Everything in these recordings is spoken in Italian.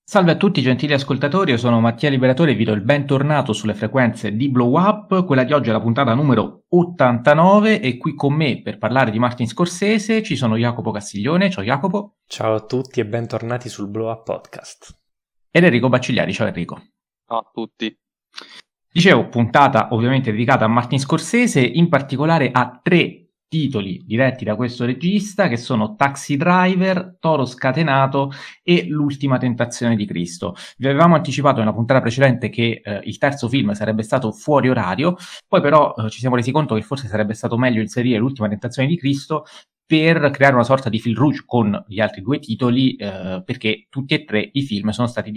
Salve a tutti gentili ascoltatori, io sono Mattia Liberatore e vi do il bentornato sulle frequenze di Blow Up. Quella di oggi è la puntata numero 89 e qui con me per parlare di Martin Scorsese ci sono Jacopo Castiglione, ciao Jacopo, Ciao a tutti e bentornati sul Blow Up Podcast. ed Enrico Baccigliari, ciao Enrico. Ciao a tutti. Dicevo, puntata ovviamente dedicata a Martin Scorsese, in particolare a tre titoli diretti da questo regista che sono Taxi Driver, Toro Scatenato e L'ultima tentazione di Cristo. Vi avevamo anticipato nella puntata precedente che il terzo film sarebbe stato fuori orario, poi però ci siamo resi conto che forse sarebbe stato meglio inserire L'ultima tentazione di Cristo per creare una sorta di fil rouge con gli altri due titoli, perché tutti e tre i film sono stati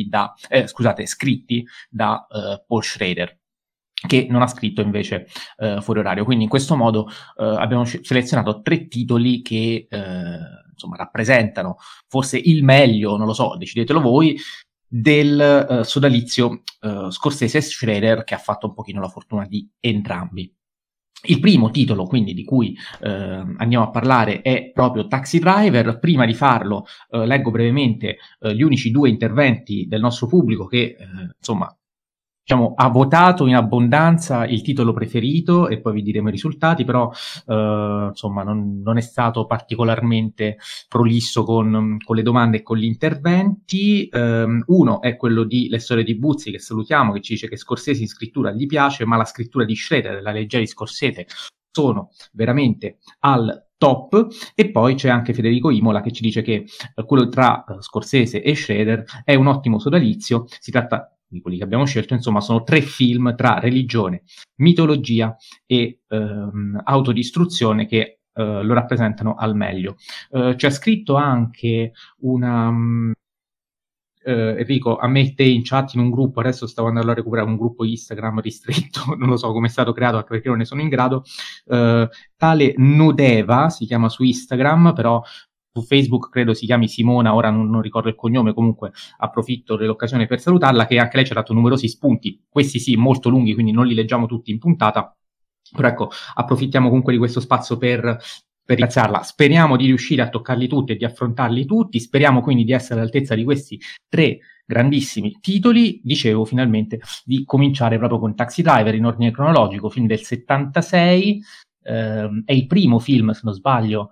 scritti da Paul Schrader, che non ha scritto invece fuori orario. Quindi in questo modo abbiamo selezionato tre titoli che insomma rappresentano forse il meglio, non lo so, decidetelo voi, del sodalizio Scorsese e Schrader, che ha fatto un pochino la fortuna di entrambi. Il primo titolo, quindi, di cui andiamo a parlare è proprio Taxi Driver. Prima di farlo leggo brevemente gli unici due interventi del nostro pubblico che, insomma, diciamo, ha votato in abbondanza il titolo preferito e poi vi diremo i risultati, però insomma non è stato particolarmente prolisso con le domande e con gli interventi. Uno è quello di Le storie di Buzzi, che salutiamo, che ci dice che Scorsese in scrittura gli piace, ma la scrittura di Schrader, la legge di Scorsese, sono veramente al top. E poi c'è anche Federico Imola che ci dice che quello tra Scorsese e Schrader è un ottimo sodalizio. Si tratta di quelli che abbiamo scelto, insomma, sono tre film tra religione, mitologia e autodistruzione che lo rappresentano al meglio. C'è scritto anche una... Enrico, a me e te in chat in un gruppo, adesso stavo andando a recuperare un gruppo Instagram ristretto, non lo so come è stato creato, anche perché non ne sono in grado, tale Nudeva, si chiama su Instagram, però su Facebook credo si chiami Simona, ora non ricordo il cognome, comunque approfitto dell'occasione per salutarla, che anche lei ci ha dato numerosi spunti, questi sì molto lunghi, quindi non li leggiamo tutti in puntata, però ecco, approfittiamo comunque di questo spazio per ringraziarla. Speriamo di riuscire a toccarli tutti e di affrontarli tutti, speriamo quindi di essere all'altezza di questi tre grandissimi titoli. Dicevo finalmente di cominciare proprio con Taxi Driver in ordine cronologico, film del 76, è il primo film, se non sbaglio,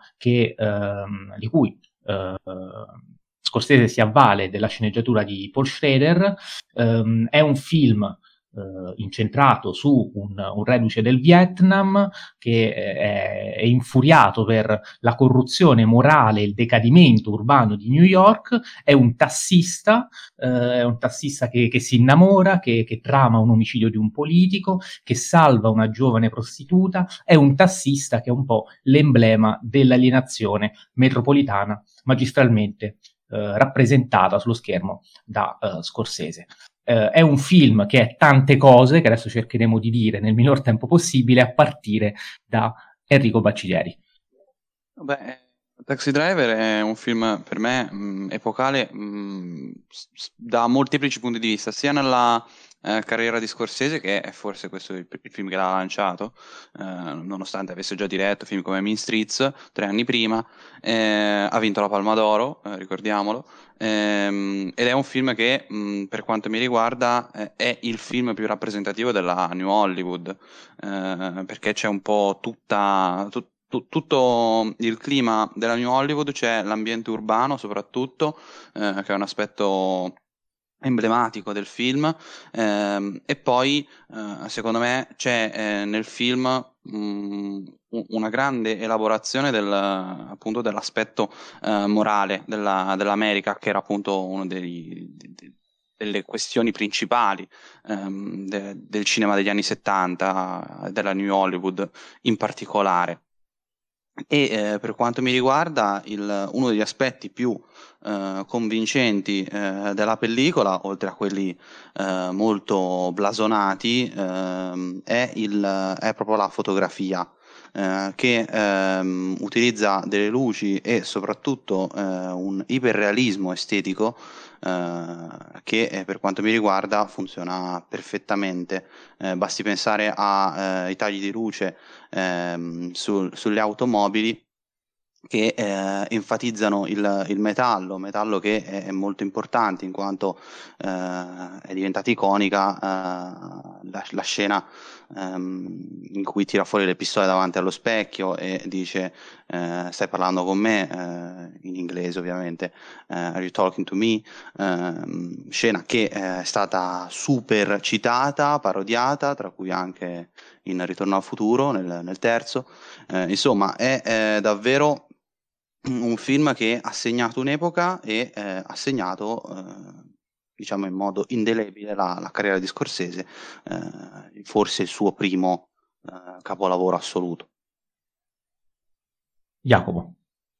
di cui Scorsese si avvale della sceneggiatura di Paul Schrader. È un film incentrato su un reduce del Vietnam che è infuriato per la corruzione morale e il decadimento urbano di New York. È un tassista che si innamora, che trama un omicidio di un politico, che salva una giovane prostituta. È un tassista che è un po' l'emblema dell'alienazione metropolitana magistralmente rappresentata sullo schermo da Scorsese. È un film che è tante cose che adesso cercheremo di dire nel minor tempo possibile, a partire da Enrico Bacciglieri. Beh, Taxi Driver è un film per me epocale da molteplici punti di vista, sia nella carriera di Scorsese, che è forse questo il film che l'ha lanciato, nonostante avesse già diretto film come Mean Streets 3 anni prima, ha vinto la Palma d'Oro, ricordiamolo, ed è un film che per quanto mi riguarda è il film più rappresentativo della New Hollywood, perché c'è un po' tutto il clima della New Hollywood, c'è l'ambiente urbano soprattutto, che è un aspetto emblematico del film, e poi secondo me c'è nel film una grande elaborazione appunto dell'aspetto morale dell'America, che era appunto uno delle questioni principali del cinema degli anni 70, della New Hollywood in particolare. E per quanto mi riguarda, uno degli aspetti più convincenti della pellicola, oltre a quelli molto blasonati, è proprio la fotografia, che utilizza delle luci e soprattutto un iperrealismo estetico che per quanto mi riguarda funziona perfettamente. Basti pensare ai tagli di luce sulle automobili, che enfatizzano il metallo che è molto importante in quanto è diventata iconica la scena in cui tira fuori le pistole davanti allo specchio e dice stai parlando con me, in inglese ovviamente, are you talking to me? Scena che è stata super citata, parodiata, tra cui anche in Ritorno al futuro, nel terzo. Insomma, è davvero un film che ha segnato un'epoca e ha segnato, diciamo in modo indelebile la carriera di Scorsese, forse il suo primo capolavoro assoluto. Jacopo.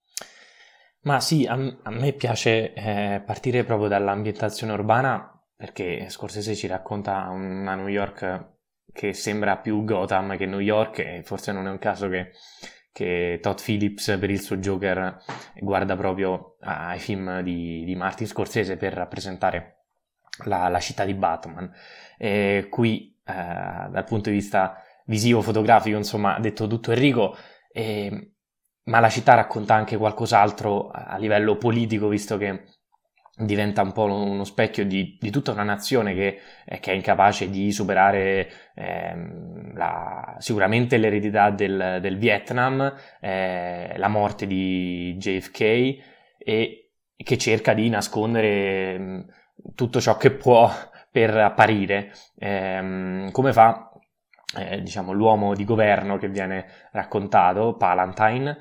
Ma sì, a me piace partire proprio dall'ambientazione urbana, perché Scorsese ci racconta una New York che sembra più Gotham che New York, e forse non è un caso che Todd Phillips per il suo Joker guarda proprio ai film di Martin Scorsese per rappresentare la città di Batman. Qui dal punto di vista visivo, fotografico, insomma, ha detto tutto Enrico, ma la città racconta anche qualcos'altro a livello politico, visto che diventa un po' uno specchio di tutta una nazione che è incapace di superare sicuramente l'eredità del Vietnam, la morte di JFK, e che cerca di nascondere tutto ciò che può per apparire, come fa diciamo l'uomo di governo che viene raccontato, Palantine,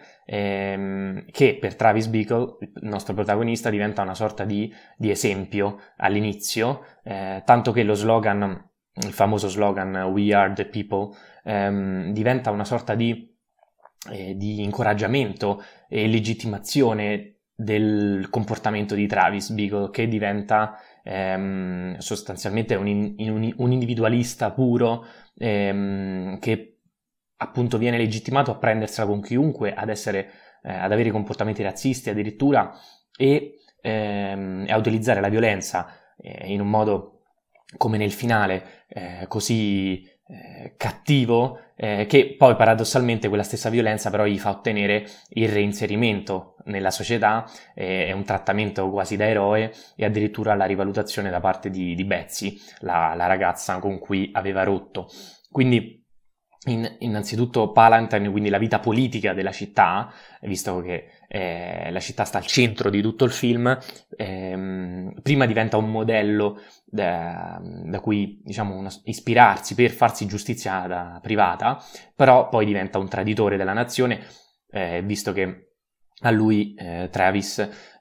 che per Travis Bickle, il nostro protagonista, diventa una sorta di esempio all'inizio, tanto che lo slogan, il famoso slogan "We are the people", diventa una sorta di incoraggiamento e legittimazione del comportamento di Travis Bickle, che diventa sostanzialmente un individualista puro, che appunto viene legittimato a prendersela con chiunque, ad avere comportamenti razzisti addirittura, e a utilizzare la violenza in un modo, come nel finale, così cattivo, che poi paradossalmente quella stessa violenza però gli fa ottenere il reinserimento nella società, è un trattamento quasi da eroe, e addirittura la rivalutazione da parte di Betsy, la ragazza con cui aveva rotto. Quindi innanzitutto Palantine, quindi la vita politica della città, visto che la città sta al centro di tutto il film, prima diventa un modello da cui, diciamo, ispirarsi per farsi giustizia privata, però poi diventa un traditore della nazione, visto che a lui Travis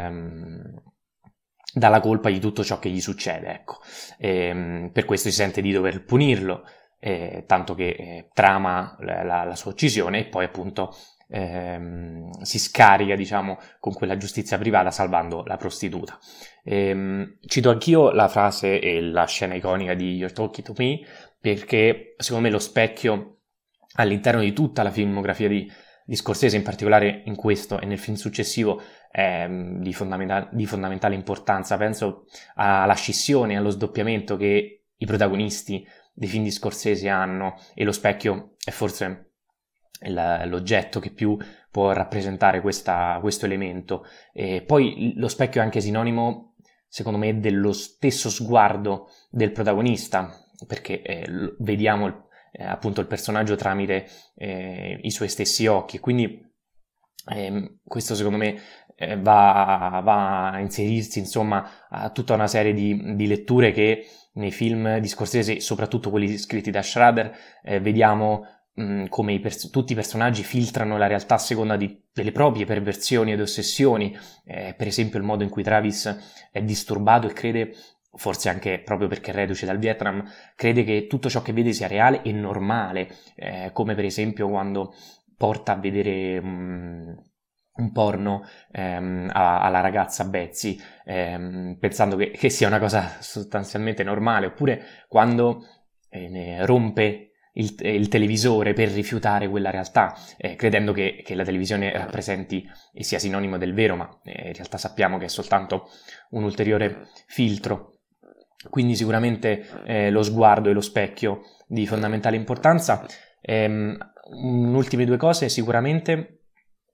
dà la colpa di tutto ciò che gli succede, ecco. Per questo si sente di dover punirlo, tanto che trama la sua uccisione, e poi appunto si scarica, diciamo, con quella giustizia privata, salvando la prostituta. Cito anch'io la frase e la scena iconica di You're Talking to Me, perché secondo me lo specchio all'interno di tutta la filmografia di Scorsese, in particolare in questo e nel film successivo, è di fondamentale importanza. Penso alla scissione, allo sdoppiamento che i protagonisti dei film di Scorsese hanno, e lo specchio è forse l'oggetto che più può rappresentare questo elemento. E poi lo specchio è anche sinonimo, secondo me, dello stesso sguardo del protagonista, perché vediamo appunto il personaggio tramite i suoi stessi occhi, quindi questo secondo me va a inserirsi, insomma, a tutta una serie di letture che nei film di Scorsese, soprattutto quelli scritti da Schrader, vediamo come tutti i personaggi filtrano la realtà a seconda delle proprie perversioni ed ossessioni. Per esempio il modo in cui Travis è disturbato e crede, forse anche proprio perché è reduce dal Vietnam, crede che tutto ciò che vede sia reale e normale, come per esempio quando porta a vedere un porno alla ragazza Betsy, pensando che sia una cosa sostanzialmente normale, oppure quando rompe il televisore per rifiutare quella realtà, credendo che la televisione rappresenti e sia sinonimo del vero, ma in realtà sappiamo che è soltanto un ulteriore filtro. Quindi sicuramente lo sguardo e lo specchio di fondamentale importanza. Ultime due cose, sicuramente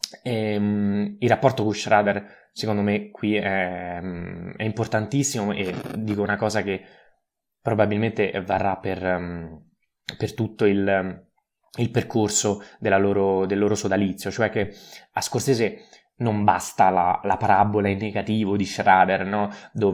Il rapporto con Schrader, secondo me, qui è importantissimo, e dico una cosa che probabilmente varrà per tutto il percorso del loro sodalizio, cioè che a Scorsese non basta la parabola in negativo di Schrader, no?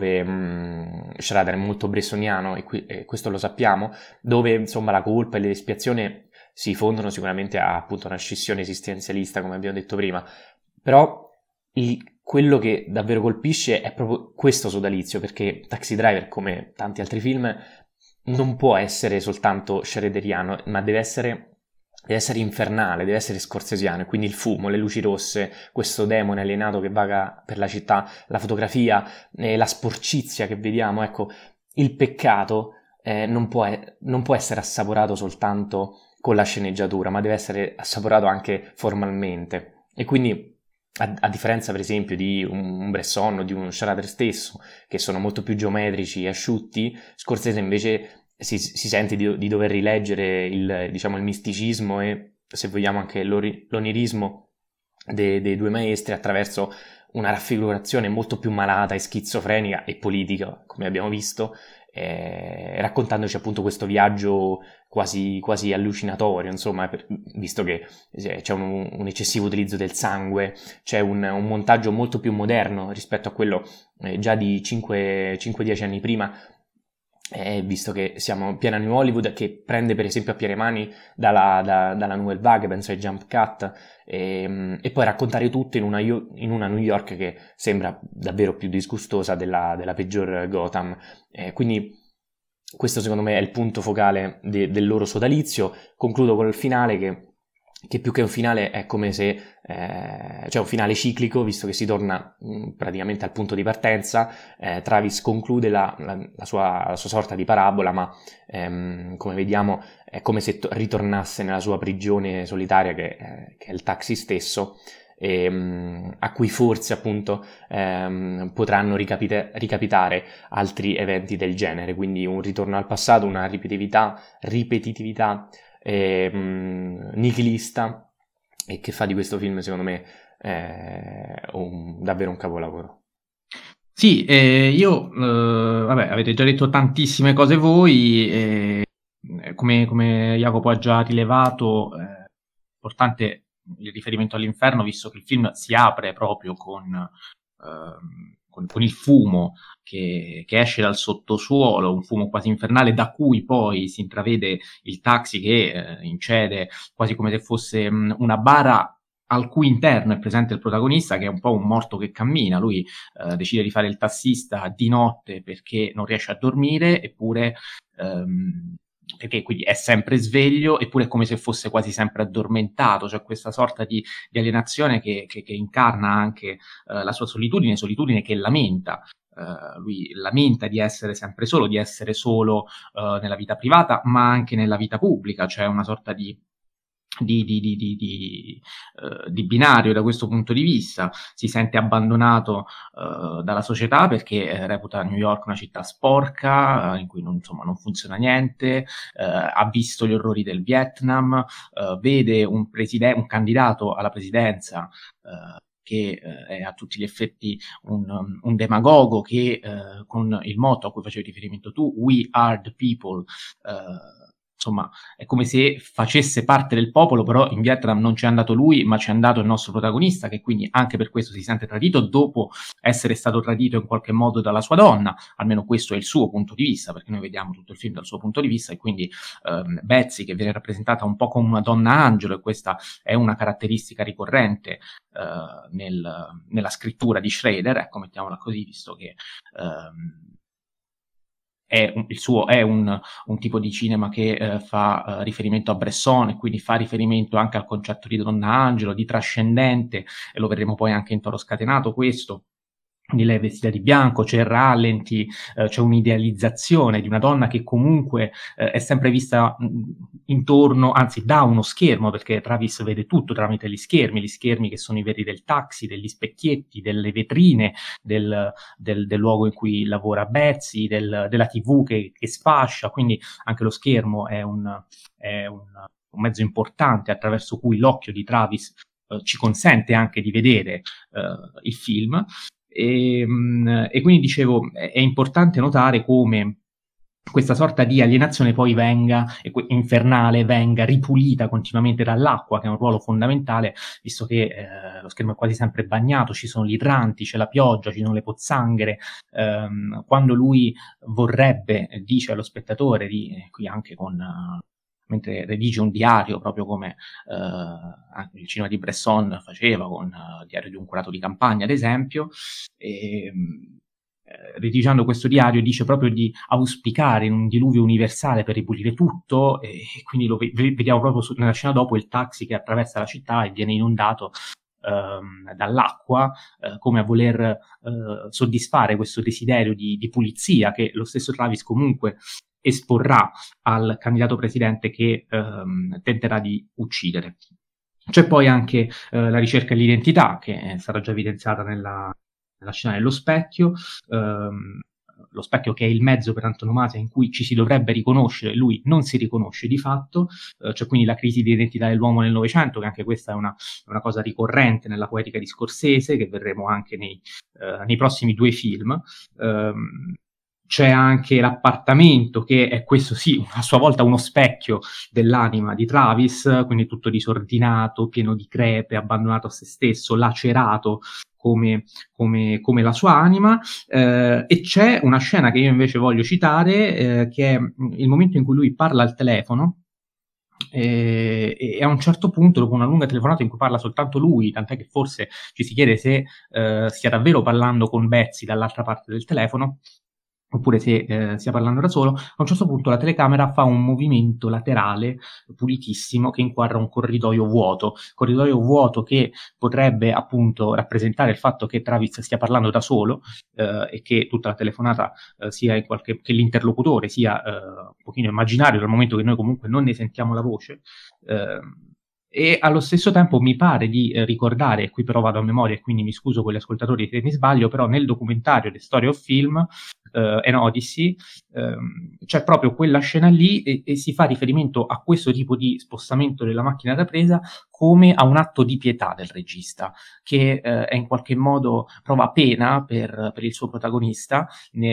Dove Schrader è molto bressoniano, e questo lo sappiamo, dove insomma la colpa e l'espiazione si fondono sicuramente a appunto una scissione esistenzialista, come abbiamo detto prima, però quello che davvero colpisce è proprio questo sodalizio, perché Taxi Driver, come tanti altri film, non può essere soltanto schroederiano, ma deve essere infernale, deve essere scorsesiano. Quindi il fumo, le luci rosse, questo demone alienato che vaga per la città, la fotografia, la sporcizia che vediamo, ecco, il peccato non può essere assaporato soltanto con la sceneggiatura, ma deve essere assaporato anche formalmente. E quindi, a differenza per esempio di un Bresson o di un Schrader stesso, che sono molto più geometrici e asciutti, Scorsese invece si sente di dover rileggere il misticismo e, se vogliamo, anche l'onirismo dei due maestri attraverso una raffigurazione molto più malata e schizofrenica e politica, come abbiamo visto, raccontandoci appunto questo viaggio quasi allucinatorio, insomma, visto che c'è un eccessivo utilizzo del sangue, c'è un montaggio molto più moderno rispetto a quello già di 5-10 anni prima, visto che siamo piena New Hollywood, che prende per esempio a piene mani dalla Nouvelle Vague, penso ai Jump Cut, e poi raccontare tutto in una New York che sembra davvero più disgustosa della peggior Gotham. Quindi questo secondo me è il punto focale del loro sodalizio. Concludo con il finale che più che un finale è come se cioè un finale ciclico, visto che si torna praticamente al punto di partenza. Travis conclude la sua sorta di parabola, ma come vediamo è come se ritornasse nella sua prigione solitaria che è il taxi stesso, a cui forse appunto potranno ricapitare altri eventi del genere, quindi un ritorno al passato, una ripetitività nichilista, e che fa di questo film secondo me davvero un capolavoro. Sì, vabbè, avete già detto tantissime cose voi, come Jacopo ha già rilevato, è importante il riferimento all'inferno, visto che il film si apre proprio con il fumo che esce dal sottosuolo, un fumo quasi infernale, da cui poi si intravede il taxi che incede quasi come se fosse una bara al cui interno è presente il protagonista, che è un po' un morto che cammina. Lui decide di fare il tassista di notte perché non riesce a dormire, eppure perché quindi è sempre sveglio, eppure è come se fosse quasi sempre addormentato. Cioè questa sorta di alienazione che incarna anche la sua solitudine che lamenta. Lui lamenta di essere sempre solo, di essere solo nella vita privata, ma anche nella vita pubblica. C'è una sorta di binario da questo punto di vista. Si sente abbandonato dalla società perché reputa New York una città sporca, in cui non funziona niente, ha visto gli orrori del Vietnam, vede un candidato alla presidenza che è a tutti gli effetti un demagogo che con il motto a cui facevi riferimento tu, "We are the people", insomma, è come se facesse parte del popolo, però in Vietnam non c'è andato lui, ma c'è andato il nostro protagonista, che quindi anche per questo si sente tradito, dopo essere stato tradito in qualche modo dalla sua donna. Almeno questo è il suo punto di vista, perché noi vediamo tutto il film dal suo punto di vista, e quindi Betsy, che viene rappresentata un po' come una donna angelo, e questa è una caratteristica ricorrente nella scrittura di Schrader, ecco, mettiamola così, visto che è un tipo di cinema che fa riferimento a Bresson, e quindi fa riferimento anche al concetto di donna angelo, di trascendente, e lo vedremo poi anche in Toro Scatenato questo. Quindi lei è vestita di bianco, c'è il rallenti, c'è un'idealizzazione di una donna che comunque è sempre vista intorno, anzi da uno schermo, perché Travis vede tutto tramite gli schermi che sono i vetri del taxi, degli specchietti, delle vetrine, del luogo in cui lavora Betsy, della TV che sfascia. Quindi anche lo schermo è un mezzo importante attraverso cui l'occhio di Travis ci consente anche di vedere il film. E quindi dicevo, è importante notare come questa sorta di alienazione poi infernale venga ripulita continuamente dall'acqua, che è un ruolo fondamentale, visto che lo schermo è quasi sempre bagnato, ci sono gli idranti, c'è la pioggia, ci sono le pozzanghere. Quando lui vorrebbe, dice allo spettatore, qui anche mentre redige un diario, proprio come anche il cinema di Bresson faceva con il diario di un curato di campagna, ad esempio, redigendo questo diario dice proprio di auspicare un diluvio universale per ripulire tutto, e quindi lo vediamo proprio nella scena dopo il taxi che attraversa la città e viene inondato dall'acqua, come a voler soddisfare questo desiderio di pulizia che lo stesso Travis comunque esporrà al candidato presidente che tenterà di uccidere. C'è poi anche la ricerca dell'identità, che sarà già evidenziata nella scena dello specchio, lo specchio che è il mezzo per antonomasia in cui ci si dovrebbe riconoscere, lui non si riconosce di fatto. C'è quindi la crisi di identità dell'uomo nel Novecento, che anche questa è una cosa ricorrente nella poetica di Scorsese, che vedremo anche nei prossimi 2 film. C'è anche l'appartamento, che è questo sì, a sua volta uno specchio dell'anima di Travis, quindi tutto disordinato, pieno di crepe, abbandonato a se stesso, lacerato come la sua anima. E c'è una scena che io invece voglio citare, che è il momento in cui lui parla al telefono, e a un certo punto, dopo una lunga telefonata in cui parla soltanto lui, tant'è che forse ci si chiede se stia davvero parlando con Betsy dall'altra parte del telefono, oppure se stia parlando da solo, a un certo punto la telecamera fa un movimento laterale pulitissimo che inquadra un corridoio vuoto che potrebbe appunto rappresentare il fatto che Travis stia parlando da solo, e che tutta la telefonata sia che l'interlocutore sia un pochino immaginario, dal momento che noi comunque non ne sentiamo la voce. E allo stesso tempo mi pare di ricordare, e qui però vado a memoria e quindi mi scuso con gli ascoltatori se mi sbaglio, però nel documentario The Story of Film, An Odyssey, c'è proprio quella scena lì e si fa riferimento a questo tipo di spostamento della macchina da presa come a un atto di pietà del regista, che è in qualche modo prova pena per il suo protagonista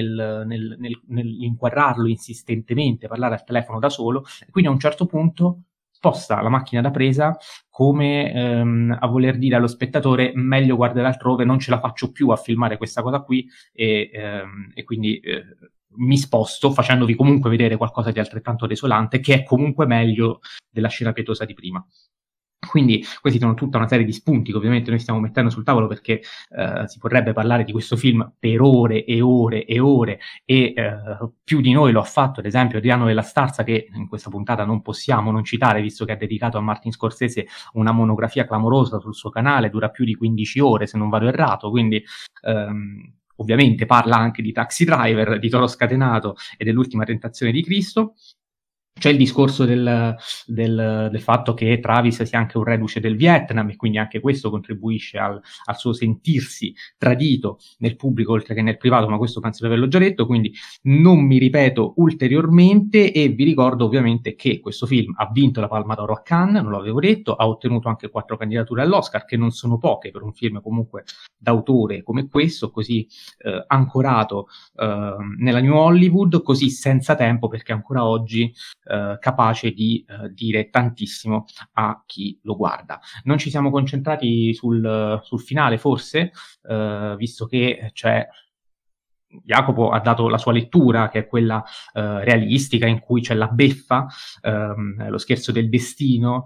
nell'inquadrarlo insistentemente, parlare al telefono da solo, e quindi a un certo punto sposta la macchina da presa come a voler dire allo spettatore: meglio guardare altrove, non ce la faccio più a filmare questa cosa qui, e quindi mi sposto, facendovi comunque vedere qualcosa di altrettanto desolante, che è comunque meglio della scena pietosa di prima. Quindi questi sono tutta una serie di spunti che ovviamente noi stiamo mettendo sul tavolo, perché si potrebbe parlare di questo film per ore e ore e ore, e più di noi lo ha fatto ad esempio Adriano Della Starza, che in questa puntata non possiamo non citare, visto che ha dedicato a Martin Scorsese una monografia clamorosa sul suo canale, dura più di 15 ore se non vado errato, quindi ovviamente parla anche di Taxi Driver, di Toro Scatenato e dell'Ultima Tentazione di Cristo. C'è il discorso del fatto che Travis sia anche un reduce del Vietnam, e quindi anche questo contribuisce al suo sentirsi tradito nel pubblico oltre che nel privato, ma questo penso di averlo già detto, quindi non mi ripeto ulteriormente, e vi ricordo ovviamente che questo film ha vinto la Palma d'Oro a Cannes, non l'avevo detto, ha ottenuto anche 4 candidature all'Oscar, che non sono poche per un film comunque d'autore come questo, così ancorato nella New Hollywood, così senza tempo, perché ancora oggi capace di dire tantissimo a chi lo guarda. Non ci siamo concentrati sul finale forse, visto che c'è Jacopo ha dato la sua lettura, che è quella realistica, in cui c'è la beffa, lo scherzo del destino,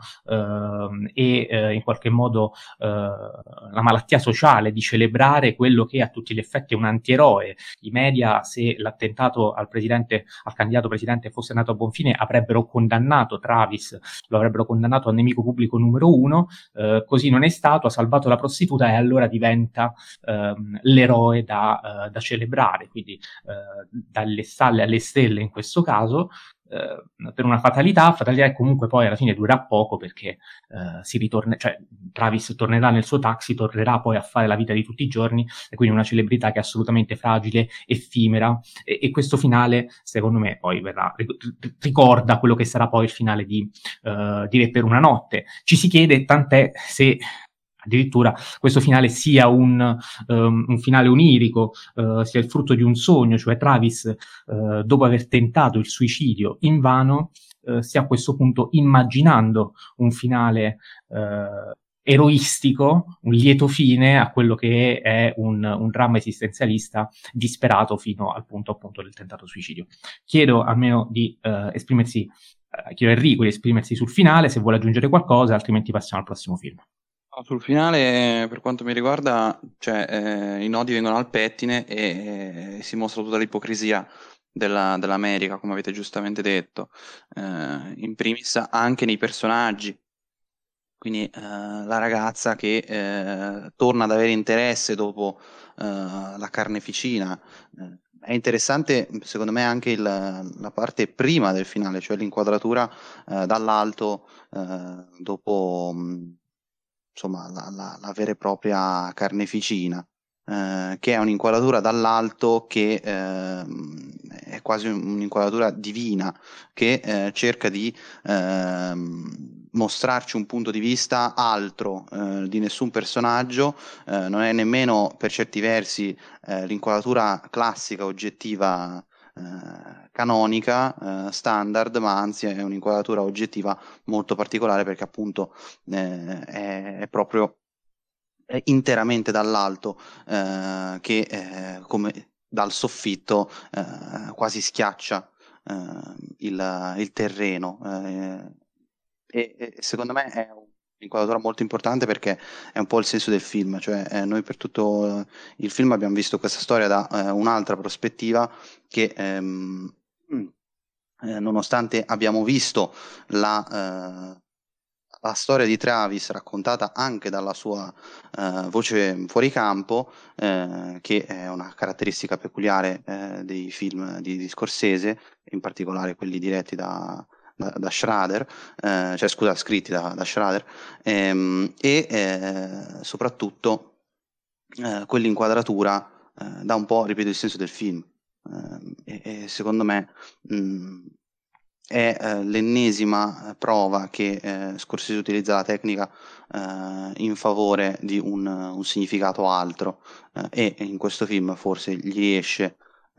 e in qualche modo la malattia sociale di celebrare quello che a tutti gli effetti è un antieroe. I media, se l'attentato al candidato presidente fosse andato a buon fine, avrebbero condannato Travis, lo avrebbero condannato a nemico pubblico numero 1, così non è stato, ha salvato la prostituta e allora diventa l'eroe da celebrare. Quindi dalle stalle alle stelle in questo caso, per una fatalità che comunque poi alla fine durerà poco, perché Travis tornerà nel suo taxi, tornerà poi a fare la vita di tutti i giorni, e quindi una celebrità che è assolutamente fragile, effimera, e questo finale secondo me poi ricorda quello che sarà poi il finale di Re per una notte. Ci si chiede tant'è se addirittura questo finale sia un finale onirico, sia il frutto di un sogno, cioè Travis, dopo aver tentato il suicidio invano, stia a questo punto immaginando un finale eroistico, un lieto fine a quello che è un dramma esistenzialista disperato fino al punto appunto del tentato suicidio. Chiedo almeno di esprimersi, chiedo a Enrico di esprimersi sul finale, se vuole aggiungere qualcosa, altrimenti passiamo al prossimo film. Sul finale, per quanto mi riguarda, cioè, i nodi vengono al pettine e si mostra tutta l'ipocrisia dell'America, come avete giustamente detto, in primis anche nei personaggi. Quindi la ragazza che torna ad avere interesse dopo la carneficina. È interessante, secondo me, anche la parte prima del finale, cioè l'inquadratura dall'alto dopo insomma la vera e propria carneficina. Che è un'inquadratura dall'alto che è quasi un'inquadratura divina, che cerca di mostrarci un punto di vista altro di nessun personaggio, non è nemmeno per certi versi l'inquadratura classica, oggettiva, canonica, standard, ma anzi è un'inquadratura oggettiva molto particolare perché appunto è proprio interamente dall'alto, che come dal soffitto quasi schiaccia il terreno. E secondo me è un'inquadratura molto importante perché è un po' il senso del film, cioè noi per tutto il film abbiamo visto questa storia da un'altra prospettiva che nonostante abbiamo visto la storia di Travis raccontata anche dalla sua voce fuori campo, che è una caratteristica peculiare dei film di Scorsese, in particolare quelli diretti da Schrader, cioè scusa, scritti da Schrader, soprattutto quell'inquadratura dà un po', ripeto, il senso del film. E secondo me è l'ennesima prova che Scorsese utilizza la tecnica in favore di un significato altro, e in questo film forse gli riesce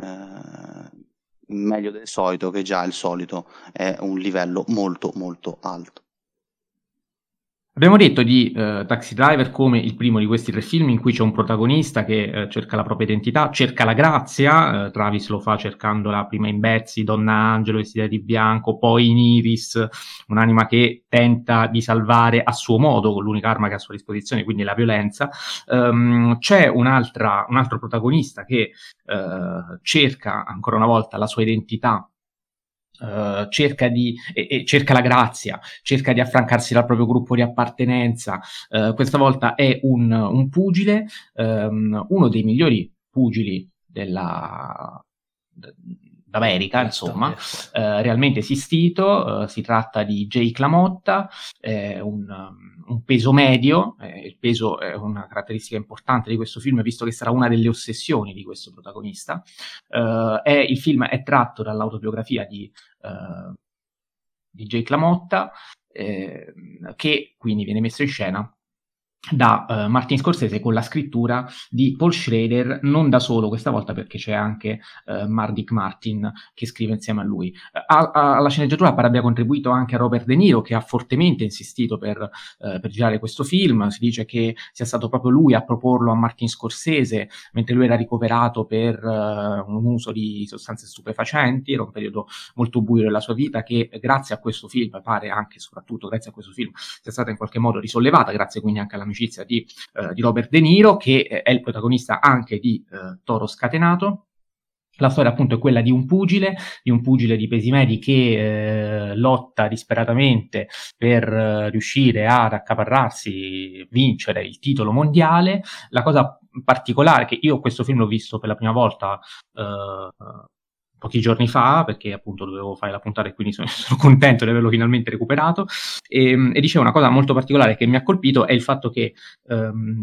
meglio del solito, che già il solito è un livello molto molto alto. Abbiamo detto di Taxi Driver come il primo di questi tre film in cui c'è un protagonista che cerca la propria identità, cerca la grazia. Travis lo fa cercandola prima in Betsy, Donna Angelo vestita di bianco, poi in Iris, un'anima che tenta di salvare a suo modo con l'unica arma che ha a sua disposizione, quindi la violenza. C'è un altro protagonista che cerca ancora una volta la sua identità, cerca la grazia, cerca di affrancarsi dal proprio gruppo di appartenenza. Questa volta è un pugile, uno dei migliori pugili d'America, insomma, realmente esistito. Si tratta di Jake LaMotta, un peso medio. Il peso è una caratteristica importante di questo film, visto che sarà una delle ossessioni di questo protagonista. Il film è tratto dall'autobiografia di Jake LaMotta, che quindi viene messo in scena da Martin Scorsese con la scrittura di Paul Schrader, non da solo questa volta perché c'è anche Mark Dick Martin che scrive insieme a lui. Alla sceneggiatura pare abbia contribuito anche Robert De Niro, che ha fortemente insistito per girare questo film. Si dice che sia stato proprio lui a proporlo a Martin Scorsese mentre lui era ricoverato per un uso di sostanze stupefacenti. Era un periodo molto buio della sua vita che grazie a questo film, pare anche e soprattutto grazie a questo film, sia stata in qualche modo risollevata, grazie quindi anche alla di Robert De Niro, che è il protagonista anche di Toro Scatenato. La storia appunto è quella di un pugile di pesi medi che lotta disperatamente per riuscire ad accaparrarsi, vincere il titolo mondiale. La cosa particolare, che io questo film l'ho visto per la prima volta pochi giorni fa, perché appunto dovevo fare la puntata e quindi sono contento di averlo finalmente recuperato, e dicevo, una cosa molto particolare che mi ha colpito è il fatto che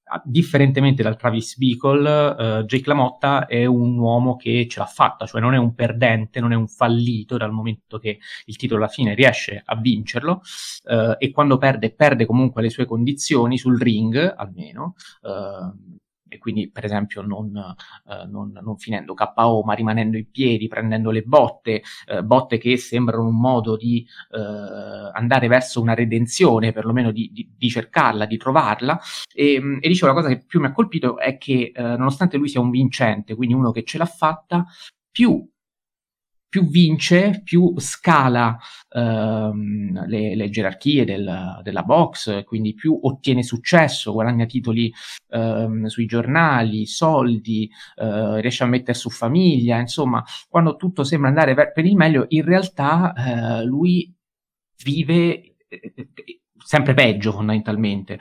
differentemente dal Travis Bickle, Jake LaMotta è un uomo che ce l'ha fatta, cioè non è un perdente, non è un fallito, dal momento che il titolo alla fine riesce a vincerlo, e quando perde comunque le sue condizioni sul ring, almeno, e quindi per esempio non finendo KO ma rimanendo in piedi, prendendo le botte che sembrano un modo di andare verso una redenzione, perlomeno di cercarla, di trovarla. E dicevo, la cosa che più mi ha colpito è che nonostante lui sia un vincente, quindi uno che ce l'ha fatta, più vince, più scala le gerarchie della box, quindi più ottiene successo, guadagna titoli sui giornali, soldi, riesce a mettere su famiglia, insomma, quando tutto sembra andare per il meglio, in realtà lui vive sempre peggio fondamentalmente.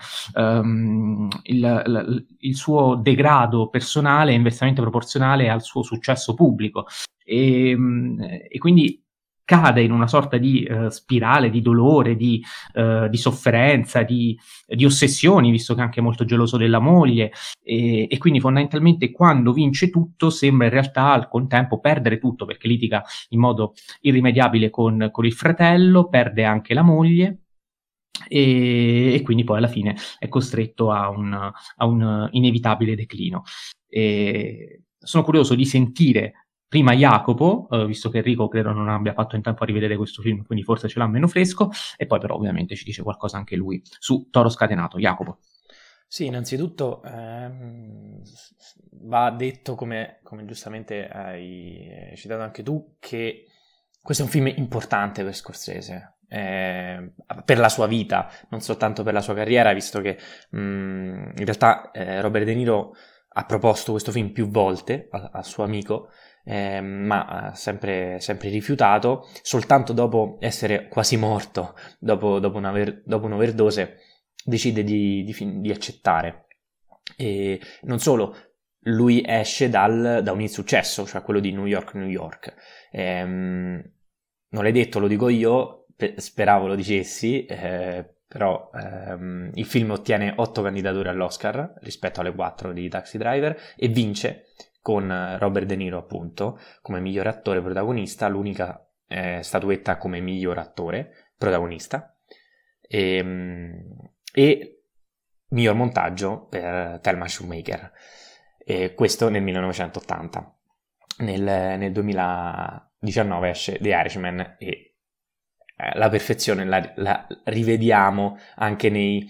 Il suo degrado personale è inversamente proporzionale al suo successo pubblico, e quindi cade in una sorta di spirale di dolore, di sofferenza, di ossessioni, visto che è anche molto geloso della moglie, e quindi fondamentalmente quando vince tutto sembra in realtà al contempo perdere tutto, perché litiga in modo irrimediabile con il fratello, perde anche la moglie, e quindi poi alla fine è costretto a un inevitabile declino. E sono curioso di sentire prima Jacopo, visto che Enrico credo non abbia fatto in tempo a rivedere questo film, quindi forse ce l'ha meno fresco, e poi però ovviamente ci dice qualcosa anche lui su Toro Scatenato. Jacopo. Sì, innanzitutto va detto, come giustamente hai citato anche tu, che questo è un film importante per Scorsese, per la sua vita, non soltanto per la sua carriera, visto che in realtà Robert De Niro ha proposto questo film più volte al suo amico, ma ha sempre rifiutato. Soltanto dopo essere quasi morto, dopo un'overdose, decide di accettare. E non solo, lui esce da un insuccesso, cioè quello di New York, New York. Non l'hai detto, lo dico io, speravo lo dicessi, però il film ottiene 8 candidature all'Oscar rispetto alle 4 di Taxi Driver e vince con Robert De Niro appunto come miglior attore protagonista, l'unica statuetta come miglior attore protagonista, e miglior montaggio per Thelma Schoonmaker, e questo nel 1980. Nel 2019 esce The Irishman e la perfezione la rivediamo anche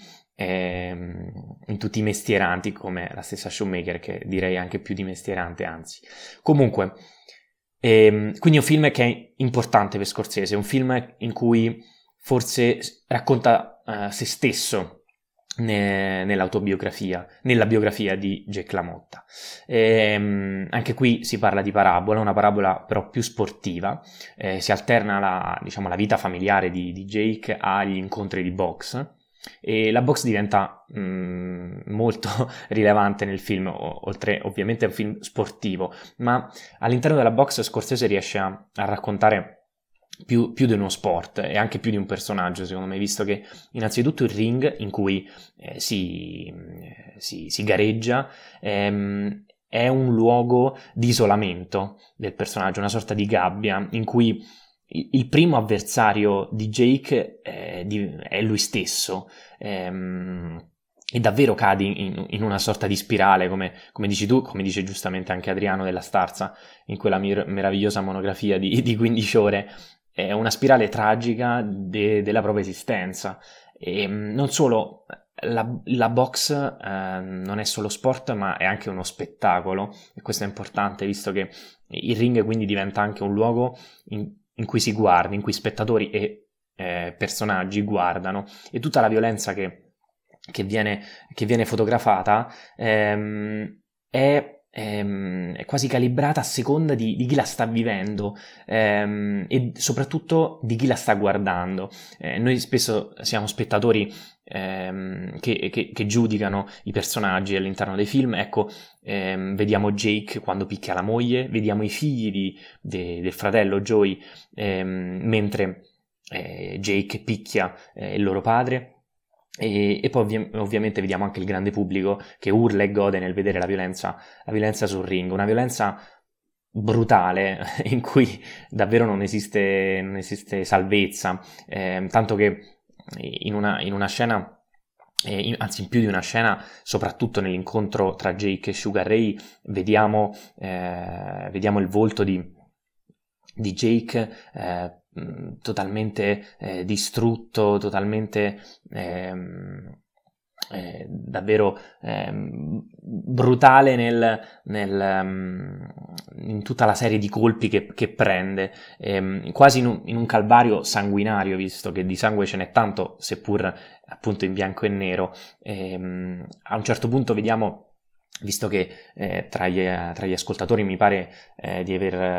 in tutti i mestieranti, come la stessa Shoemaker, che direi anche più di mestierante, anzi. Comunque, quindi è un film che è importante per Scorsese, è un film in cui forse racconta se stesso nella biografia di Jake LaMotta. Anche qui si parla di parabola, una parabola però più sportiva, si alterna la vita familiare di Jake agli incontri di box, e la box diventa molto rilevante nel film, oltre ovviamente a un film sportivo, ma all'interno della box Scorsese riesce a raccontare più di uno sport e anche più di un personaggio, secondo me, visto che innanzitutto il ring in cui si gareggia è un luogo di isolamento del personaggio, una sorta di gabbia in cui il primo avversario di Jake è lui stesso, e davvero cadi in una sorta di spirale, come dici tu, come dice giustamente anche Adriano della Starza in quella meravigliosa monografia di 15 ore. È una spirale tragica della propria esistenza. E non solo, la box non è solo sport, ma è anche uno spettacolo, e questo è importante, visto che il ring quindi diventa anche un luogo in cui si guarda, in cui spettatori e personaggi guardano, e tutta la violenza che viene fotografata è quasi calibrata a seconda di chi la sta vivendo, e soprattutto di chi la sta guardando. Noi spesso siamo spettatori che giudicano i personaggi all'interno dei film. Ecco, vediamo Jake quando picchia la moglie, vediamo i figli del fratello Joey mentre Jake picchia il loro padre. E poi ovviamente vediamo anche il grande pubblico che urla e gode nel vedere la violenza sul ring, una violenza brutale in cui davvero non esiste salvezza, tanto che in una scena, anzi in più di una scena, soprattutto nell'incontro tra Jake e Sugar Ray, vediamo il volto di Jake totalmente distrutto, totalmente davvero brutale in tutta la serie di colpi che prende, quasi in un calvario sanguinario, visto che di sangue ce n'è tanto, seppur appunto in bianco e nero. A un certo punto vediamo, visto che tra gli ascoltatori mi pare di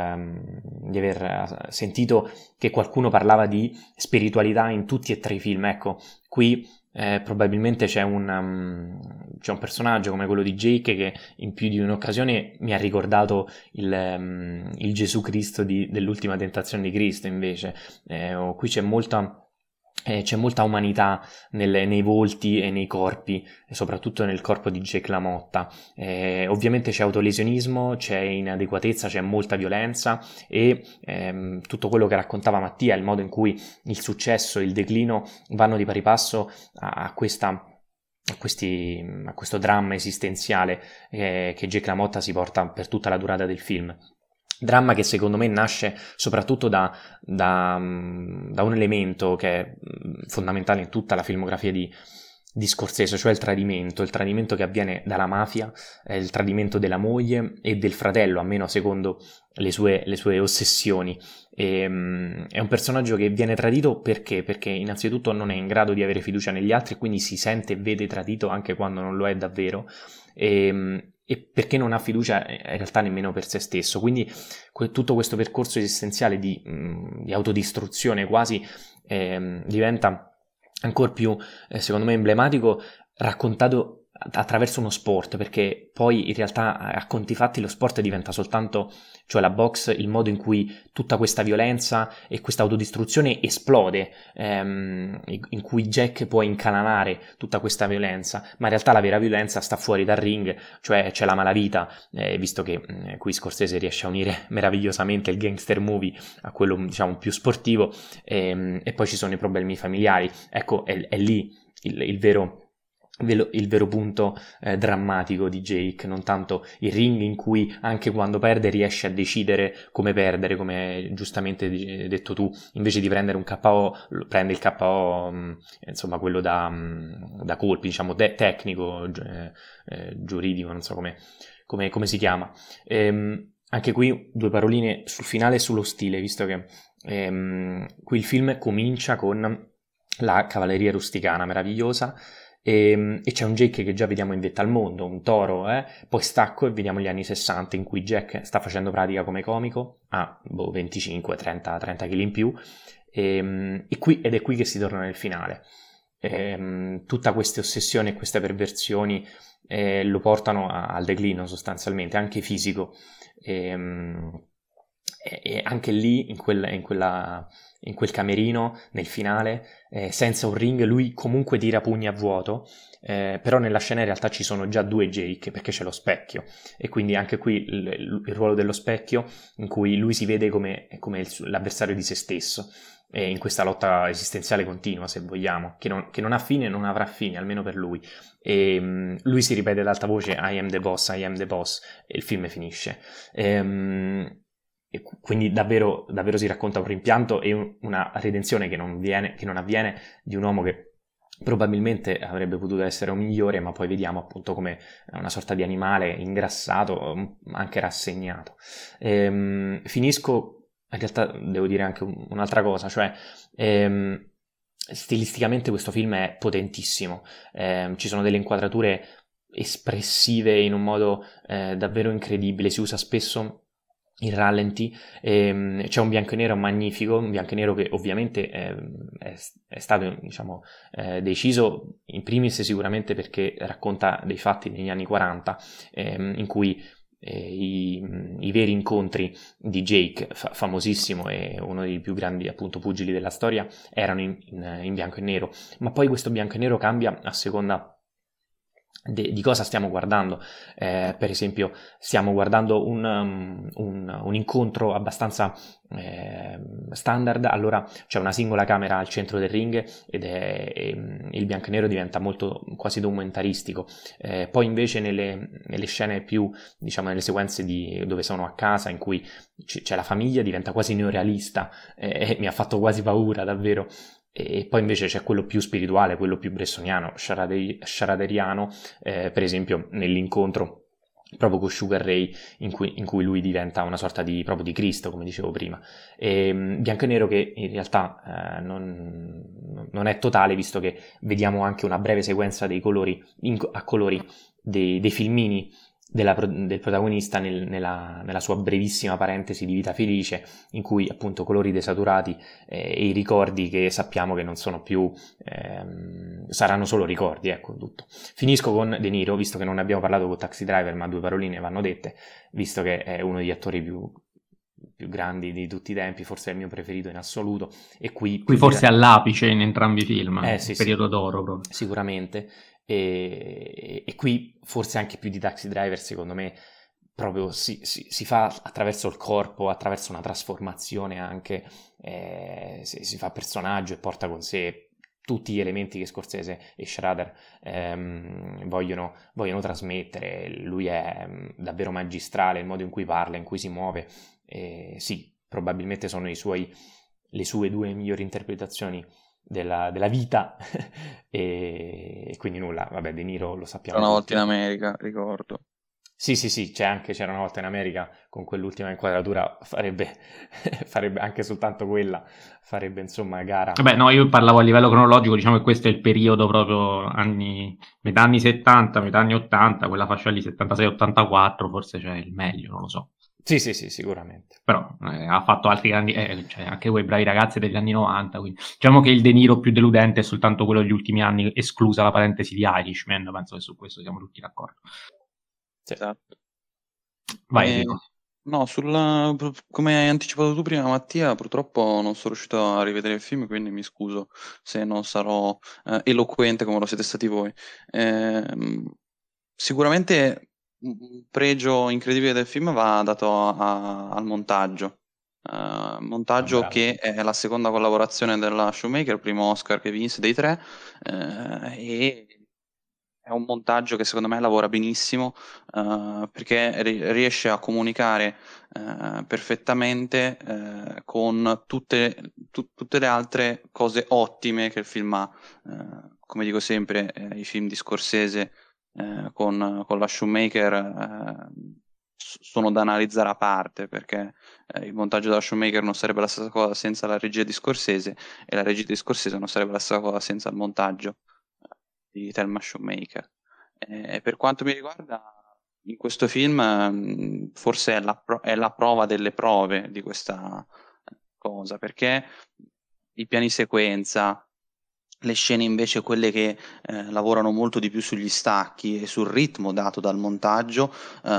aver sentito che qualcuno parlava di spiritualità in tutti e tre i film, ecco, qui probabilmente c'è un personaggio come quello di Jake che in più di un'occasione mi ha ricordato il Gesù Cristo dell'ultima tentazione di Cristo, invece. Qui c'è molta umanità nei volti e nei corpi, e soprattutto nel corpo di Jake LaMotta. Ovviamente c'è autolesionismo, c'è inadeguatezza, c'è molta violenza e tutto quello che raccontava Mattia, il modo in cui il successo e il declino vanno di pari passo a questo dramma esistenziale che Jake LaMotta si porta per tutta la durata del film. Dramma che secondo me nasce soprattutto da un elemento che è fondamentale in tutta la filmografia di Scorsese, cioè il tradimento che avviene dalla mafia, il tradimento della moglie e del fratello, almeno secondo le sue ossessioni. È un personaggio che viene tradito perché innanzitutto non è in grado di avere fiducia negli altri, quindi si sente e vede tradito anche quando non lo è davvero, e perché non ha fiducia in realtà nemmeno per se stesso. Quindi tutto questo percorso esistenziale di autodistruzione quasi diventa ancora più, secondo me, emblematico, raccontato attraverso uno sport, perché poi in realtà a conti fatti lo sport diventa soltanto, cioè la box, il modo in cui tutta questa violenza e questa autodistruzione esplode, in cui Jack può incanalare tutta questa violenza, ma in realtà la vera violenza sta fuori dal ring, cioè c'è la malavita, visto che qui Scorsese riesce a unire meravigliosamente il gangster movie a quello, diciamo, più sportivo, e poi ci sono i problemi familiari. Ecco, è lì il vero punto drammatico di Jake, non tanto il ring in cui anche quando perde riesce a decidere come perdere, come giustamente detto tu, invece di prendere un KO prende il KO insomma quello da colpi, diciamo tecnico, giuridico, non so come si chiama. Anche qui due paroline sul finale e sullo stile, visto che qui il film comincia con la cavalleria rusticana meravigliosa, e c'è un Jake che già vediamo in vetta al mondo, un toro, poi stacco e vediamo gli anni 60 in cui Jack sta facendo pratica come comico, ha 25-30 kg in più, ed è qui che si torna nel finale. Tutta queste ossessioni e queste perversioni lo portano al declino sostanzialmente, anche fisico, e anche lì in quel camerino nel finale, senza un ring, lui comunque tira pugni a vuoto, però nella scena in realtà ci sono già due Jake, perché c'è lo specchio, e quindi anche qui il ruolo dello specchio in cui lui si vede come l'avversario di se stesso, in questa lotta esistenziale continua, se vogliamo, che non ha fine e non avrà fine, almeno per lui. E lui si ripete ad alta voce I am the boss, I am the boss, e il film finisce. E quindi davvero, davvero si racconta un rimpianto e una redenzione che non avviene, di un uomo che probabilmente avrebbe potuto essere un migliore, ma poi vediamo appunto come una sorta di animale ingrassato, anche rassegnato. Finisco, in realtà devo dire anche un'altra cosa, cioè stilisticamente questo film è potentissimo, ci sono delle inquadrature espressive in un modo davvero incredibile, si usa spesso il rallenti, c'è un bianco e nero magnifico, un bianco e nero che ovviamente è stato, diciamo, deciso in primis sicuramente perché racconta dei fatti negli anni 40, in cui i veri incontri di Jake, famosissimo e uno dei più grandi appunto pugili della storia, erano in bianco e nero, ma poi questo bianco e nero cambia a seconda di cosa stiamo guardando. Per esempio stiamo guardando un incontro abbastanza standard, allora c'è una singola camera al centro del ring il bianco e nero diventa molto quasi documentaristico. Poi invece nelle scene più, diciamo, nelle sequenze dove sono a casa, in cui c'è la famiglia, diventa quasi neorealista, e mi ha fatto quasi paura davvero. E poi invece c'è quello più spirituale, quello più bressoniano, sharaderiano, per esempio nell'incontro proprio con Sugar Ray, in cui lui diventa una sorta proprio di Cristo, come dicevo prima. Bianco e nero che in realtà non è totale, visto che vediamo anche una breve sequenza dei colori a colori dei filmini del protagonista nella sua brevissima parentesi di vita felice, in cui appunto colori desaturati e i ricordi che sappiamo che non sono più, saranno solo ricordi, ecco tutto. Finisco con De Niro, visto che non ne abbiamo parlato con Taxi Driver, ma due paroline vanno dette, visto che è uno degli attori più grandi di tutti i tempi, forse è il mio preferito in assoluto, e qui forse all'apice in entrambi i film, sì, periodo d'oro proprio. Sicuramente. E qui forse anche più di Taxi Driver, secondo me, proprio si fa attraverso il corpo, attraverso una trasformazione anche, si fa personaggio e porta con sé tutti gli elementi che Scorsese e Schrader vogliono trasmettere. Lui è davvero magistrale, il modo in cui parla, in cui si muove. Sì, probabilmente sono le sue due migliori interpretazioni della vita e quindi nulla, vabbè, De Niro lo sappiamo Una tutti. volta in America, ricordo. Sì, c'era una volta in America, con quell'ultima inquadratura farebbe anche soltanto quella, farebbe insomma gara. Vabbè, no, io parlavo a livello cronologico, diciamo che questo è il periodo proprio metà anni 70, metà anni 80, quella fascia lì 76-84, forse c'è il meglio, non lo so. Sì, sicuramente. Però ha fatto altri grandi, cioè anche quei bravi ragazzi degli anni 90, quindi diciamo che il De Niro più deludente è soltanto quello degli ultimi anni, esclusa la parentesi di Irishman, penso che su questo siamo tutti d'accordo. Sì. Esatto. Vai, Enrico. No, come hai anticipato tu prima, Mattia, purtroppo non sono riuscito a rivedere il film, quindi mi scuso se non sarò eloquente come lo siete stati voi. Sicuramente un pregio incredibile del film va dato al montaggio. Montaggio che è la seconda collaborazione della Shoemaker, primo Oscar che vinse dei tre, e è un montaggio che secondo me lavora benissimo, perché riesce a comunicare perfettamente con tutte le altre cose ottime che il film ha. Come dico sempre, i film di Scorsese con la Shoemaker sono da analizzare a parte, perché il montaggio della Shoemaker non sarebbe la stessa cosa senza la regia di Scorsese, e la regia di Scorsese non sarebbe la stessa cosa senza il montaggio di Thelma Shoemaker. Per quanto mi riguarda, in questo film forse è la prova delle prove di questa cosa, perché i piani sequenza, le scene invece quelle che lavorano molto di più sugli stacchi e sul ritmo dato dal montaggio,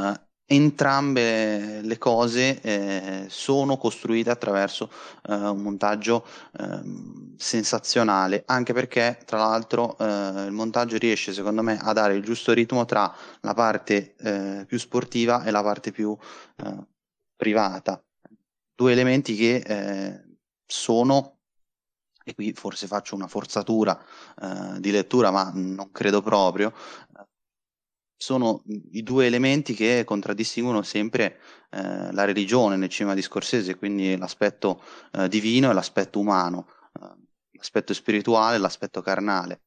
entrambe le cose sono costruite attraverso un montaggio sensazionale, anche perché tra l'altro il montaggio riesce secondo me a dare il giusto ritmo tra la parte più sportiva e la parte più privata, due elementi che sono, e qui forse faccio una forzatura di lettura, ma non credo proprio, sono i due elementi che contraddistinguono sempre la religione nel cinema di Scorsese, quindi l'aspetto divino e l'aspetto umano, l'aspetto spirituale e l'aspetto carnale,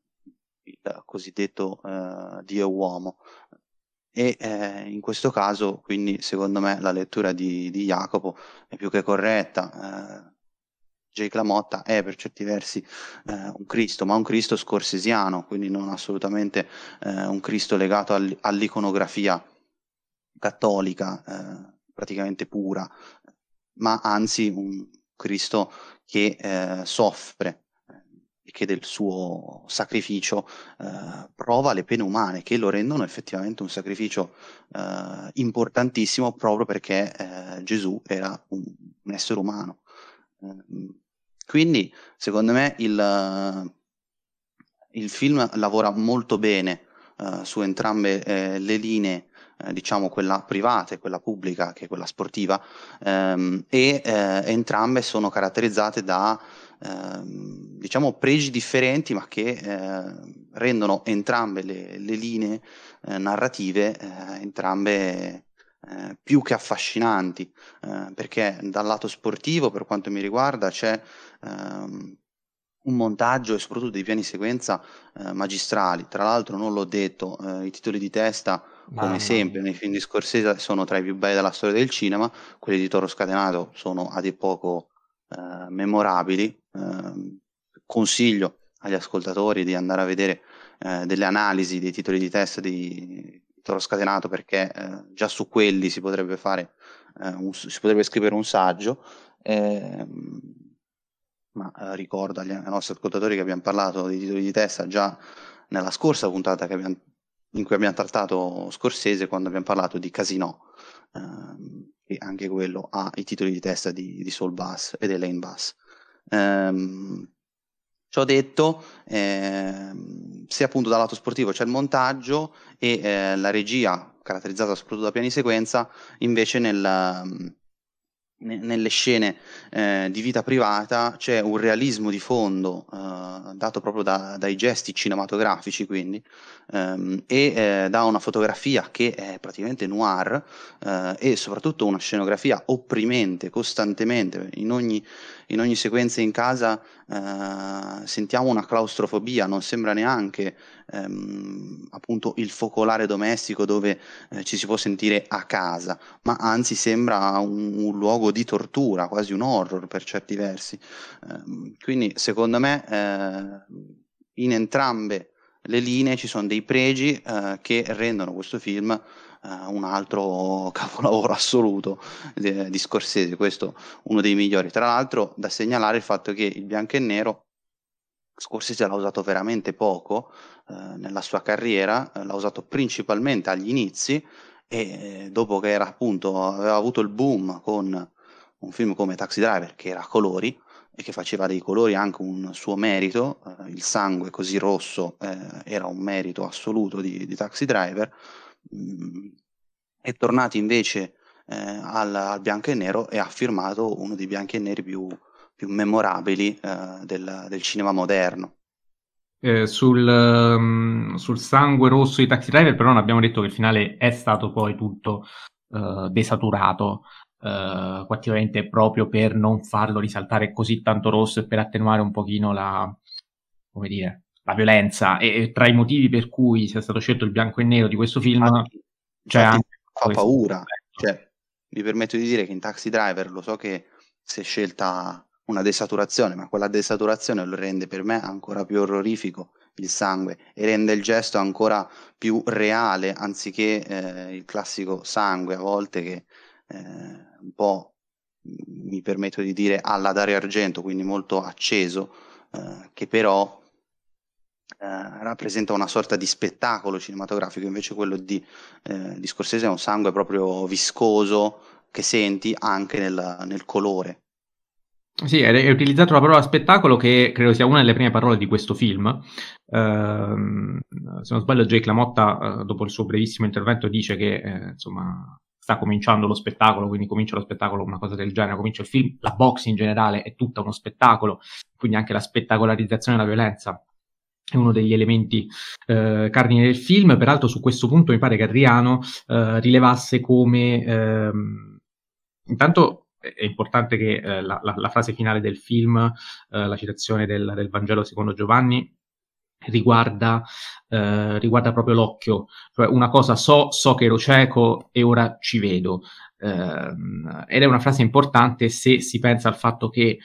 il cosiddetto Dio uomo. E in questo caso, quindi, secondo me, la lettura di Jacopo è più che corretta. Jake LaMotta è per certi versi un Cristo, ma un Cristo scorsesiano, quindi non assolutamente un Cristo legato all'iconografia cattolica praticamente pura, ma anzi un Cristo che soffre e che del suo sacrificio prova le pene umane, che lo rendono effettivamente un sacrificio importantissimo, proprio perché Gesù era un essere umano. Quindi secondo me il film lavora molto bene su entrambe le linee, diciamo quella privata e quella pubblica, che è quella sportiva, e entrambe sono caratterizzate da diciamo pregi differenti, ma che rendono entrambe le linee narrative entrambe più che affascinanti, perché dal lato sportivo, per quanto mi riguarda, c'è un montaggio e soprattutto dei piani sequenza magistrali. Tra l'altro, non l'ho detto, i titoli di testa, come sempre nei film di Scorsese, sono tra i più belli della storia del cinema. Quelli di Toro Scatenato sono a dir poco memorabili. Consiglio agli ascoltatori di andare a vedere delle analisi dei titoli di testa di Toro Scatenato, perché già su quelli si potrebbe fare si potrebbe scrivere un saggio. Ma ricordo ai nostri ascoltatori che abbiamo parlato dei titoli di testa già nella scorsa puntata in cui abbiamo trattato Scorsese, quando abbiamo parlato di Casino, e anche quello ha i titoli di testa di Saul Bass ed Elaine Bass. Ciò detto, se appunto dal lato sportivo c'è il montaggio e la regia caratterizzata soprattutto da piani sequenza, invece nelle scene di vita privata c'è un realismo di fondo dato proprio dai gesti cinematografici, quindi da una fotografia che è praticamente noir, e soprattutto una scenografia opprimente costantemente. In ogni sequenza in casa sentiamo una claustrofobia, non sembra neanche appunto il focolare domestico dove ci si può sentire a casa, ma anzi sembra un luogo di tortura, quasi un horror per certi versi. Quindi secondo me in entrambe le linee ci sono dei pregi che rendono questo film un altro capolavoro assoluto di Scorsese, questo uno dei migliori. Tra l'altro, da segnalare il fatto che il bianco e nero Scorsese l'ha usato veramente poco nella sua carriera, l'ha usato principalmente agli inizi, e dopo che aveva avuto il boom con un film come Taxi Driver, che era a colori e che faceva dei colori anche un suo merito, il sangue così rosso era un merito assoluto di Taxi Driver. È tornato invece al bianco e nero e ha firmato uno dei bianchi e neri più memorabili del cinema moderno. Sul sangue rosso di Taxi Driver però non abbiamo detto che il finale è stato poi tutto desaturato attivamente, proprio per non farlo risaltare così tanto rosso e per attenuare un pochino la violenza, e tra i motivi per cui sia stato scelto il bianco e nero di questo film infatti fa paura. Cioè, mi permetto di dire che in Taxi Driver lo so che si è scelta una desaturazione, ma quella desaturazione lo rende per me ancora più orrorifico, il sangue, e rende il gesto ancora più reale, anziché il classico sangue a volte che un po', mi permetto di dire, alla Dario Argento, quindi molto acceso, che però rappresenta una sorta di spettacolo cinematografico. Invece quello di Scorsese è un sangue proprio viscoso, che senti anche nel colore. Sì, è utilizzato la parola spettacolo, che credo sia una delle prime parole di questo film. Se non sbaglio, Jake LaMotta, dopo il suo brevissimo intervento, dice che insomma sta cominciando lo spettacolo, quindi comincia lo spettacolo, una cosa del genere, comincia il film. La box in generale è tutta uno spettacolo, quindi anche la spettacolarizzazione della violenza è uno degli elementi cardine del film. Peraltro su questo punto mi pare che Adriano rilevasse come intanto è importante che la frase finale del film, la citazione del Vangelo secondo Giovanni, riguarda proprio l'occhio. Cioè, una cosa so che ero cieco e ora ci vedo. Ed è una frase importante se si pensa al fatto che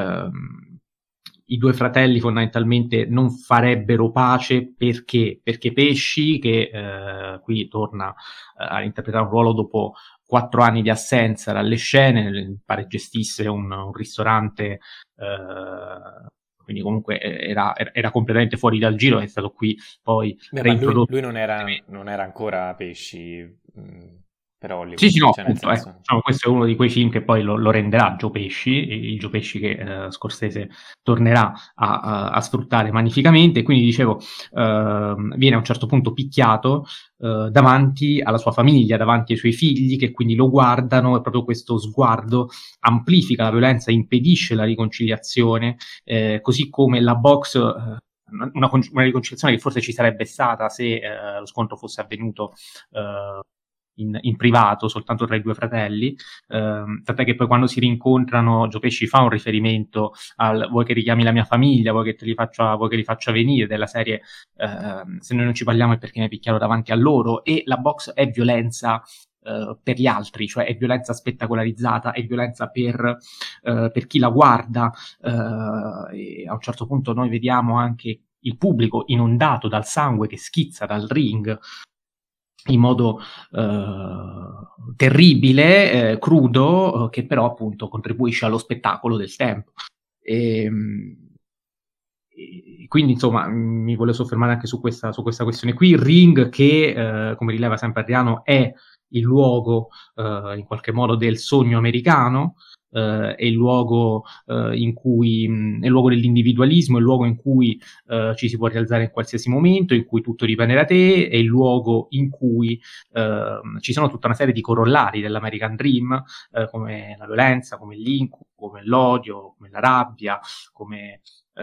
i due fratelli fondamentalmente non farebbero pace perché Pesci, che qui torna a interpretare un ruolo dopo 4 anni di assenza dalle scene, pare gestisse un ristorante quindi comunque era completamente fuori dal giro, è stato qui poi reintrodotto. Lui non era ancora Pesci per Hollywood. Sì, no, cioè, appunto, nel senso... diciamo, questo è uno di quei film che poi lo renderà Joe Pesci, il Joe Pesci che Scorsese tornerà a sfruttare magnificamente, quindi dicevo, viene a un certo punto picchiato davanti alla sua famiglia, davanti ai suoi figli, che quindi lo guardano, e proprio questo sguardo amplifica la violenza, impedisce la riconciliazione, così come la box... una riconciliazione che forse ci sarebbe stata se lo scontro fosse avvenuto in privato, soltanto tra i due fratelli, tant'è che poi quando si rincontrano Joe Pesci fa un riferimento al vuoi che richiami la mia famiglia, vuoi che li faccia venire, della serie se noi non ci parliamo è perché mi picchiano davanti a loro, e la box è violenza per gli altri, cioè è violenza spettacolarizzata, è violenza per chi la guarda, e a un certo punto noi vediamo anche il pubblico inondato dal sangue che schizza dal ring in modo terribile, crudo, che però appunto contribuisce allo spettacolo del tempo. E quindi insomma mi volevo soffermare anche su questa questione qui. Il ring che, come rileva sempre Adriano, è il luogo in qualche modo del sogno americano, è il luogo in cui è il luogo dell'individualismo, è il luogo in cui ci si può rialzare in qualsiasi momento, in cui tutto dipende da te, è il luogo in cui ci sono tutta una serie di corollari dell'American Dream, come la violenza, come l'incubo, come l'odio, come la rabbia, come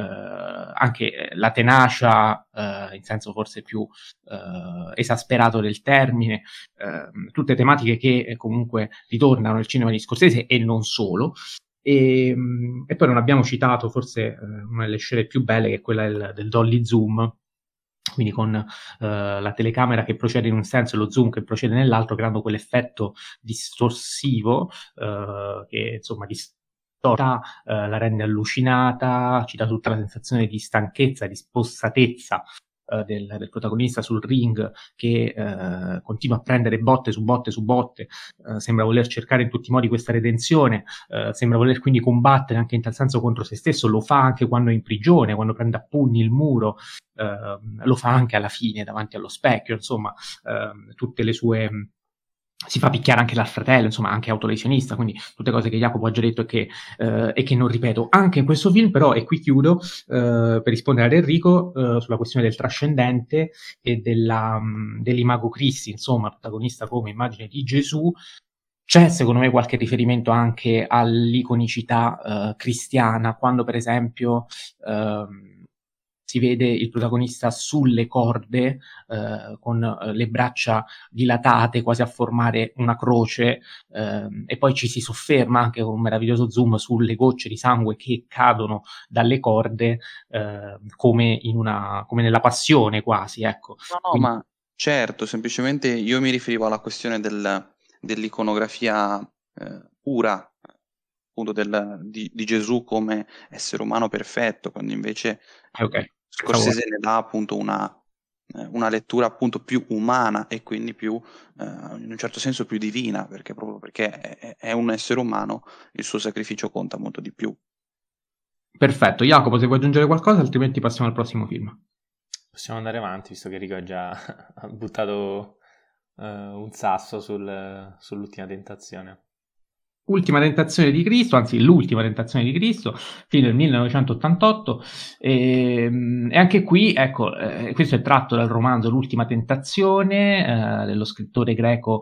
anche la tenacia in senso forse più esasperato del termine, tutte tematiche che comunque ritornano nel cinema di Scorsese e non solo. E poi non abbiamo citato forse una delle scene più belle, che è quella del dolly zoom, quindi con la telecamera che procede in un senso e lo zoom che procede nell'altro, creando quell'effetto distorsivo che insomma la rende allucinata, ci dà tutta la sensazione di stanchezza, di spossatezza del protagonista sul ring, che continua a prendere botte su botte su botte, sembra voler cercare in tutti i modi questa redenzione, sembra voler quindi combattere anche in tal senso contro se stesso, lo fa anche quando è in prigione, quando prende a pugni il muro, lo fa anche alla fine davanti allo specchio, insomma tutte le sue... si fa picchiare anche dal fratello, insomma anche autolesionista, quindi tutte cose che Jacopo ha già detto e che non ripeto anche in questo film. Però, e qui chiudo per rispondere ad Enrico sulla questione del trascendente e dell'imago Christi, insomma protagonista come immagine di Gesù. C'è secondo me qualche riferimento anche all'iconicità cristiana, quando per esempio si vede il protagonista sulle corde con le braccia dilatate quasi a formare una croce, e poi ci si sofferma anche con un meraviglioso zoom sulle gocce di sangue che cadono dalle corde, come nella passione quasi, ecco. No, quindi... ma certo, semplicemente io mi riferivo alla questione dell'iconografia pura, appunto di Gesù come essere umano perfetto, quando invece Scorsese ne dà appunto una lettura appunto più umana e quindi più in un certo senso più divina, proprio perché è un essere umano, il suo sacrificio conta molto di più. Perfetto, Jacopo, se vuoi aggiungere qualcosa, altrimenti passiamo al prossimo film. Possiamo andare avanti, visto che Enrico ha già buttato un sasso sull'ultima tentazione. Ultima tentazione di Cristo, anzi l'ultima tentazione di Cristo, film del 1988, e anche qui, ecco, questo è tratto dal romanzo L'ultima tentazione dello scrittore greco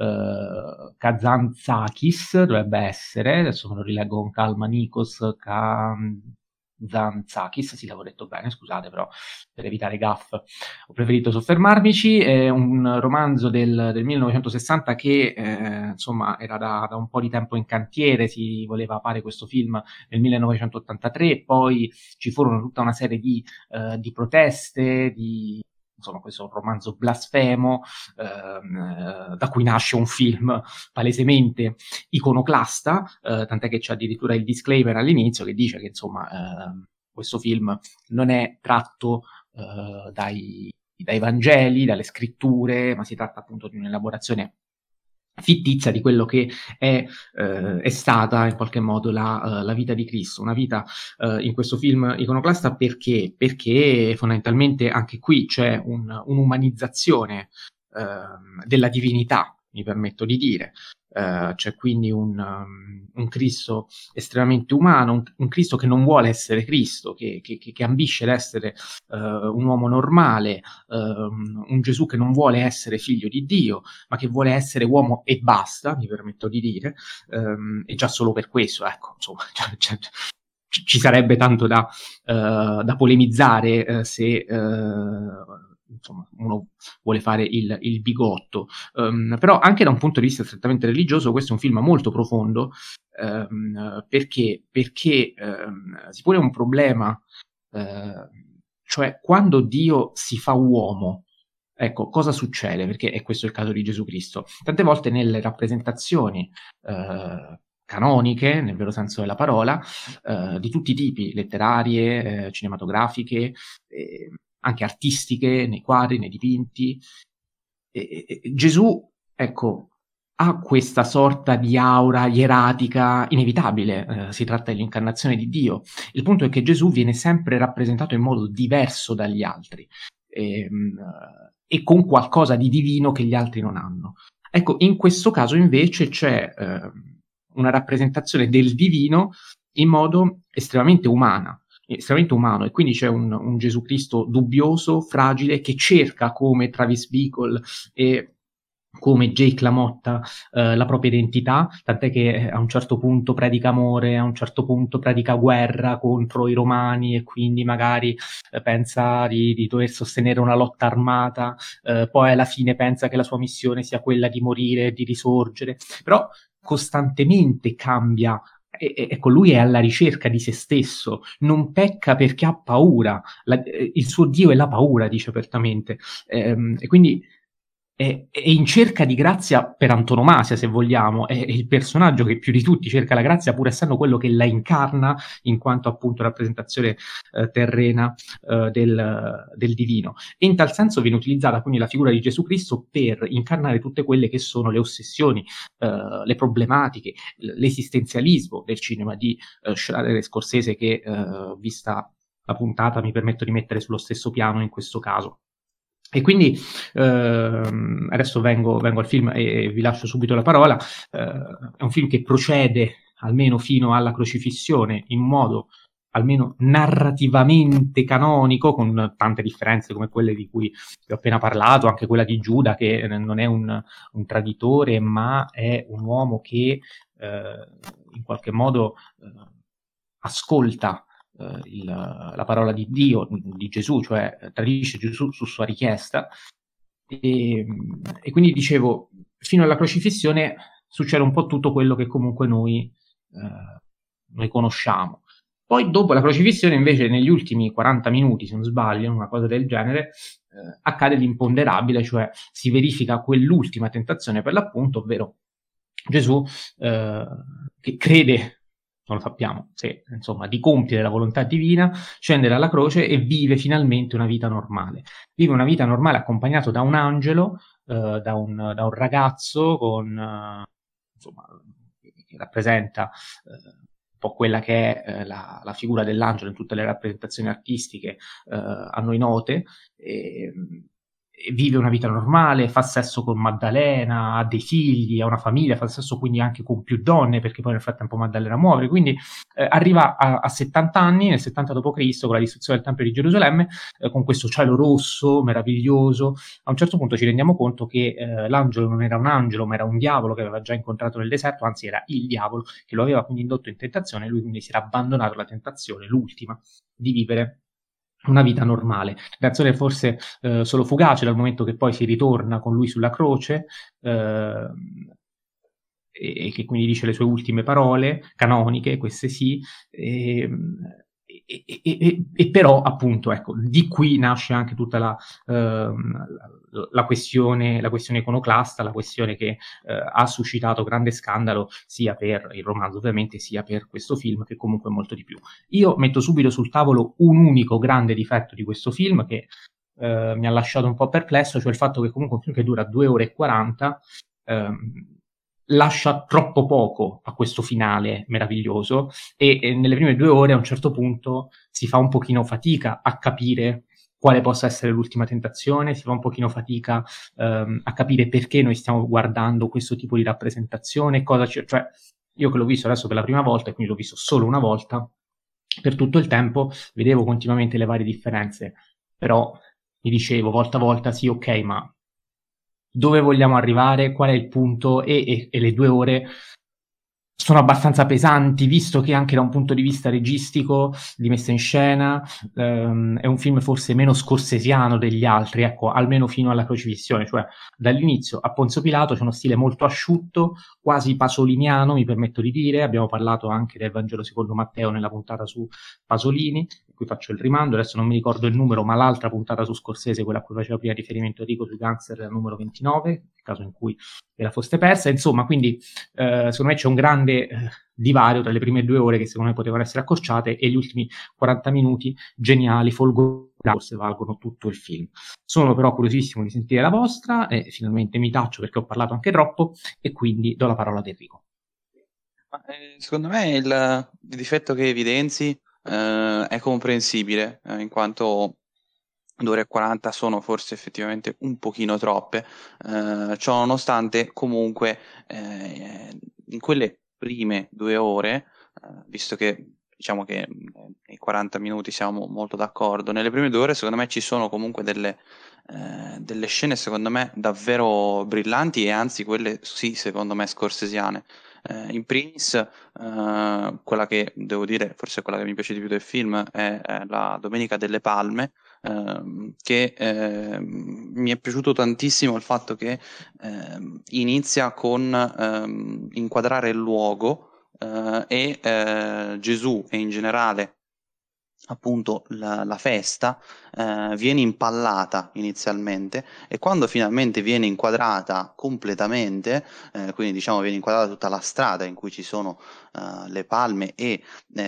Kazantzakis, dovrebbe essere, adesso me lo rileggo con calma, Nikos Kazantzakis, sì, l'avevo detto bene, scusate, però per evitare gaff ho preferito soffermarmici. È un romanzo del 1960 che insomma era da un po' di tempo in cantiere, si voleva fare questo film nel 1983, poi ci furono tutta una serie di proteste, insomma questo è un romanzo blasfemo, da cui nasce un film palesemente iconoclasta, tant'è che c'è addirittura il disclaimer all'inizio che dice che insomma questo film non è tratto dai Vangeli, dalle scritture, ma si tratta appunto di un'elaborazione fittizia di quello che è stata in qualche modo la vita di Cristo, una vita in questo film iconoclasta, perché fondamentalmente anche qui c'è un'umanizzazione della divinità, mi permetto di dire. C'è quindi un Cristo estremamente umano, un Cristo che non vuole essere Cristo, che ambisce ad essere un uomo normale, un Gesù che non vuole essere figlio di Dio, ma che vuole essere uomo e basta, mi permetto di dire, e già solo per questo, ecco, insomma, ci sarebbe tanto da polemizzare se insomma, uno vuole fare il bigotto, però anche da un punto di vista strettamente religioso questo è un film molto profondo, perché si pone un problema, cioè quando Dio si fa uomo, ecco, cosa succede? Perché è questo il caso di Gesù Cristo. Tante volte nelle rappresentazioni canoniche, nel vero senso della parola, di tutti i tipi, letterarie, cinematografiche, anche artistiche, nei quadri, nei dipinti, Gesù, ecco, ha questa sorta di aura ieratica inevitabile, si tratta dell'incarnazione di Dio. Il punto è che Gesù viene sempre rappresentato in modo diverso dagli altri, e con qualcosa di divino che gli altri non hanno. Ecco, in questo caso invece c'è una rappresentazione del divino in modo estremamente umano, e quindi c'è un Gesù Cristo dubbioso, fragile, che cerca, come Travis Bickle e come Jake LaMotta, la propria identità, tant'è che a un certo punto predica amore, a un certo punto predica guerra contro i romani e quindi magari pensa di dover sostenere una lotta armata, poi alla fine pensa che la sua missione sia quella di morire e di risorgere, però costantemente cambia. Ecco, lui è alla ricerca di se stesso, non pecca perché ha paura, il suo Dio è la paura, dice apertamente, e quindi è in cerca di grazia per antonomasia, se vogliamo, è il personaggio che più di tutti cerca la grazia, pur essendo quello che la incarna in quanto appunto rappresentazione terrena del divino. E in tal senso viene utilizzata quindi la figura di Gesù Cristo per incarnare tutte quelle che sono le ossessioni, le problematiche, l'esistenzialismo del cinema di Schrader e Scorsese, che vista la puntata mi permetto di mettere sullo stesso piano in questo caso. E quindi adesso vengo al film e vi lascio subito la parola. È un film che procede almeno fino alla crocifissione in modo almeno narrativamente canonico, con tante differenze come quelle di cui vi ho appena parlato, anche quella di Giuda, che non è un traditore, ma è un uomo che in qualche modo ascolta la parola di Dio, di Gesù, cioè tradisce Gesù su sua richiesta, e quindi dicevo, fino alla crocifissione succede un po' tutto quello che comunque noi conosciamo. Poi dopo la crocifissione invece negli ultimi 40 minuti, se non sbaglio, una cosa del genere, accade l'imponderabile, cioè si verifica quell'ultima tentazione per l'appunto, ovvero Gesù che crede, non lo sappiamo, se insomma di compiere la volontà divina, scende dalla croce e vive finalmente una vita normale. Vive una vita normale accompagnato da un angelo, da un ragazzo con insomma, che rappresenta un po' quella che è la figura dell'angelo in tutte le rappresentazioni artistiche a noi note, e vive una vita normale, fa sesso con Maddalena, ha dei figli, ha una famiglia, fa sesso quindi anche con più donne, perché poi nel frattempo Maddalena muore, quindi arriva a 70 anni, nel 70 d.C., con la distruzione del Tempio di Gerusalemme, con questo cielo rosso, meraviglioso. A un certo punto ci rendiamo conto che l'angelo non era un angelo, ma era un diavolo che aveva già incontrato nel deserto, anzi era il diavolo che lo aveva quindi indotto in tentazione, e lui quindi si era abbandonato alla tentazione, l'ultima, di vivere una vita normale. La canzone è forse solo fugace, dal momento che poi si ritorna con lui sulla croce, e che quindi dice le sue ultime parole canoniche, queste sì, e però appunto ecco, di qui nasce anche tutta la questione iconoclasta, la questione che ha suscitato grande scandalo sia per il romanzo ovviamente, sia per questo film, che comunque è molto di più. Io metto subito sul tavolo un unico grande difetto di questo film che mi ha lasciato un po' perplesso, cioè il fatto che comunque un film che dura 2 ore e 40 lascia troppo poco a questo finale meraviglioso e nelle prime 2 ore a un certo punto si fa un pochino fatica a capire quale possa essere l'ultima tentazione, si fa un pochino fatica a capire perché noi stiamo guardando questo tipo di rappresentazione, cioè io che l'ho visto adesso per la prima volta e quindi l'ho visto solo una volta, per tutto il tempo vedevo continuamente le varie differenze, però mi dicevo volta a volta sì, ok, ma dove vogliamo arrivare, qual è il punto, e le 2 ore sono abbastanza pesanti, visto che anche da un punto di vista registico, di messa in scena, è un film forse meno scorsesiano degli altri, ecco, almeno fino alla crocifissione, cioè dall'inizio a Ponzio Pilato c'è uno stile molto asciutto, quasi pasoliniano, mi permetto di dire, abbiamo parlato anche del Vangelo secondo Matteo nella puntata su Pasolini, qui faccio il rimando, adesso non mi ricordo il numero, ma l'altra puntata su Scorsese, quella a cui faceva prima riferimento Enrico sui gangster, era il numero 29, nel caso in cui ve la foste persa, insomma, quindi secondo me c'è un grande divario tra le prime 2 ore che secondo me potevano essere accorciate e gli ultimi 40 minuti geniali, folgorati, forse valgono tutto il film. Sono però curiosissimo di sentire la vostra e finalmente mi taccio perché ho parlato anche troppo e quindi do la parola ad Enrico. Secondo me il difetto che evidenzi è comprensibile, in quanto 2 ore e 40 sono forse effettivamente un pochino troppe, ciò nonostante comunque in quelle prime 2 ore, visto che diciamo che nei 40 minuti siamo molto d'accordo, nelle prime 2 ore secondo me ci sono comunque delle scene secondo me davvero brillanti e anzi quelle sì secondo me scorsesiane. In primis quella che devo dire, forse quella che mi piace di più del film è la Domenica delle Palme, che mi è piaciuto tantissimo il fatto che inizia con inquadrare il luogo e Gesù e in generale appunto la festa viene impallata inizialmente e quando finalmente viene inquadrata completamente, quindi diciamo viene inquadrata tutta la strada in cui ci sono le palme e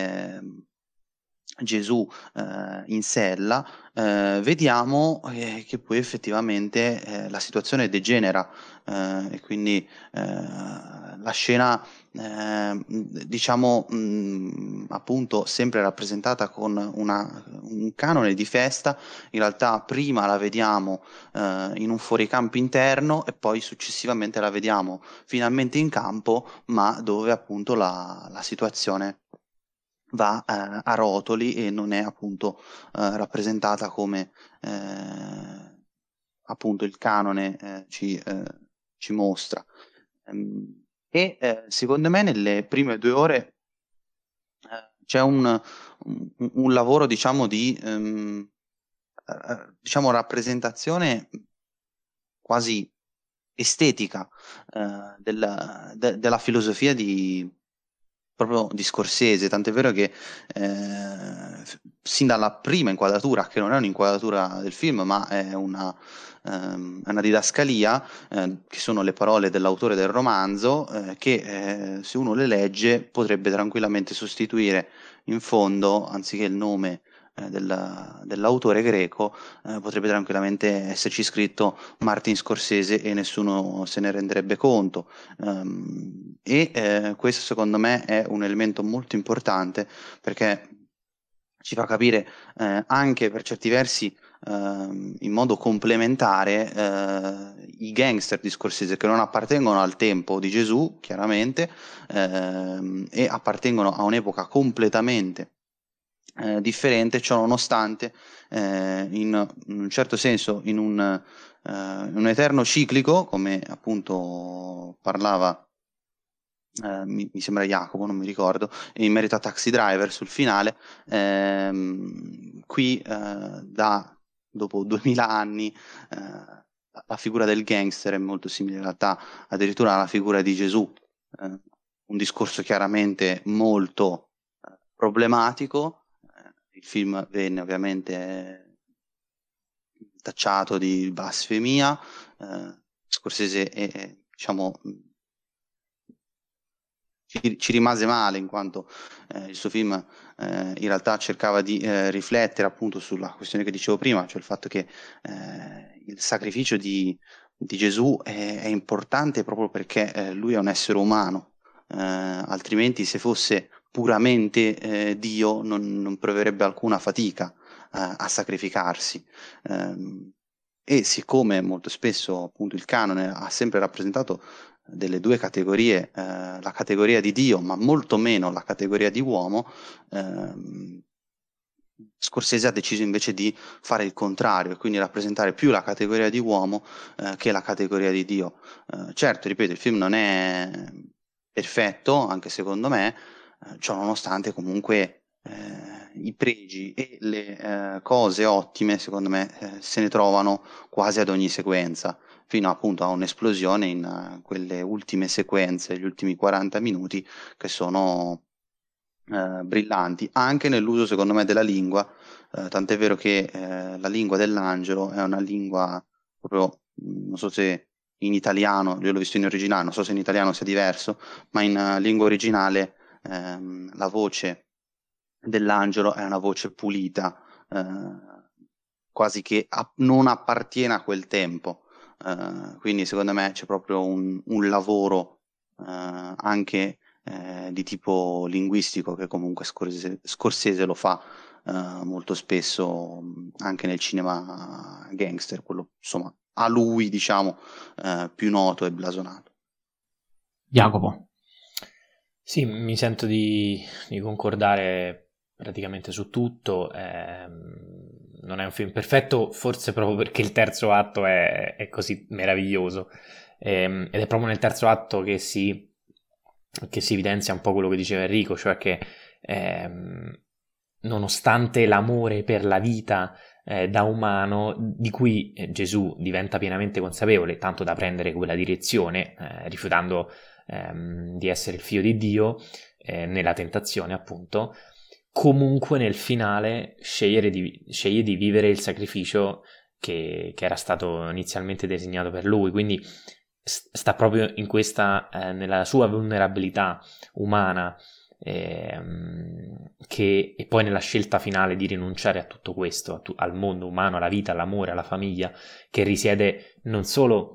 Gesù in sella, vediamo che poi effettivamente la situazione degenera e quindi la scena diciamo appunto sempre rappresentata con un canone di festa, in realtà prima la vediamo in un fuoricampo interno e poi successivamente la vediamo finalmente in campo, ma dove appunto la situazione va a rotoli e non è appunto rappresentata come appunto il canone ci mostra. Secondo me nelle prime 2 ore c'è un lavoro diciamo di diciamo rappresentazione quasi estetica della filosofia proprio di Scorsese, tant'è vero che sin dalla prima inquadratura, che non è un'inquadratura del film, ma è una didascalia, che sono le parole dell'autore del romanzo, che se uno le legge potrebbe tranquillamente sostituire in fondo, anziché il nome dell'autore greco, potrebbe tranquillamente esserci scritto Martin Scorsese e nessuno se ne renderebbe conto. Questo secondo me è un elemento molto importante perché ci fa capire anche per certi versi in modo complementare i gangster di Scorsese che non appartengono al tempo di Gesù, chiaramente, e appartengono a un'epoca completamente differente, ciò nonostante in un certo senso in un eterno ciclico, come appunto parlava mi sembra Jacopo, non mi ricordo, in merito a Taxi Driver sul finale, qui dopo 2000 anni la figura del gangster è molto simile in realtà addirittura alla figura di Gesù, un discorso chiaramente molto problematico. Il film venne ovviamente tacciato di blasfemia, Scorsese diciamo ci rimase male in quanto il suo film in realtà cercava di riflettere appunto sulla questione che dicevo prima, cioè il fatto che il sacrificio di di Gesù è importante proprio perché lui è un essere umano, altrimenti se fosse puramente Dio non proverebbe alcuna fatica a sacrificarsi. E siccome molto spesso appunto il canone ha sempre rappresentato delle due categorie, la categoria di Dio, ma molto meno la categoria di uomo, Scorsese ha deciso invece di fare il contrario e quindi rappresentare più la categoria di uomo che la categoria di Dio. Certo, ripeto, il film non è perfetto, anche secondo me, ciò nonostante comunque i pregi e le cose ottime, secondo me, se ne trovano quasi ad ogni sequenza, fino appunto a un'esplosione in quelle ultime sequenze, gli ultimi 40 minuti, che sono brillanti, anche nell'uso secondo me della lingua, tant'è vero che la lingua dell'angelo è una lingua proprio, non so se in italiano, io l'ho visto in originale, non so se in italiano sia diverso, ma in lingua originale la voce dell'angelo è una voce pulita, quasi che non appartiene a quel tempo, quindi secondo me c'è proprio un lavoro anche di tipo linguistico che comunque Scorsese lo fa molto spesso anche nel cinema gangster, quello insomma a lui diciamo più noto e blasonato. Jacopo. Sì, mi sento di concordare praticamente su tutto. Non è un film perfetto, forse proprio perché il terzo atto è così meraviglioso, ed è proprio nel terzo atto che si evidenzia un po' quello che diceva Enrico, cioè che nonostante l'amore per la vita da umano, di cui Gesù diventa pienamente consapevole, tanto da prendere quella direzione, rifiutando di essere il figlio di Dio nella tentazione, appunto, comunque nel finale sceglie di vivere il sacrificio che era stato inizialmente designato per lui. Quindi sta proprio in questa nella sua vulnerabilità umana, e poi nella scelta finale di rinunciare a tutto questo, al mondo umano, alla vita, all'amore, alla famiglia, che risiede non solo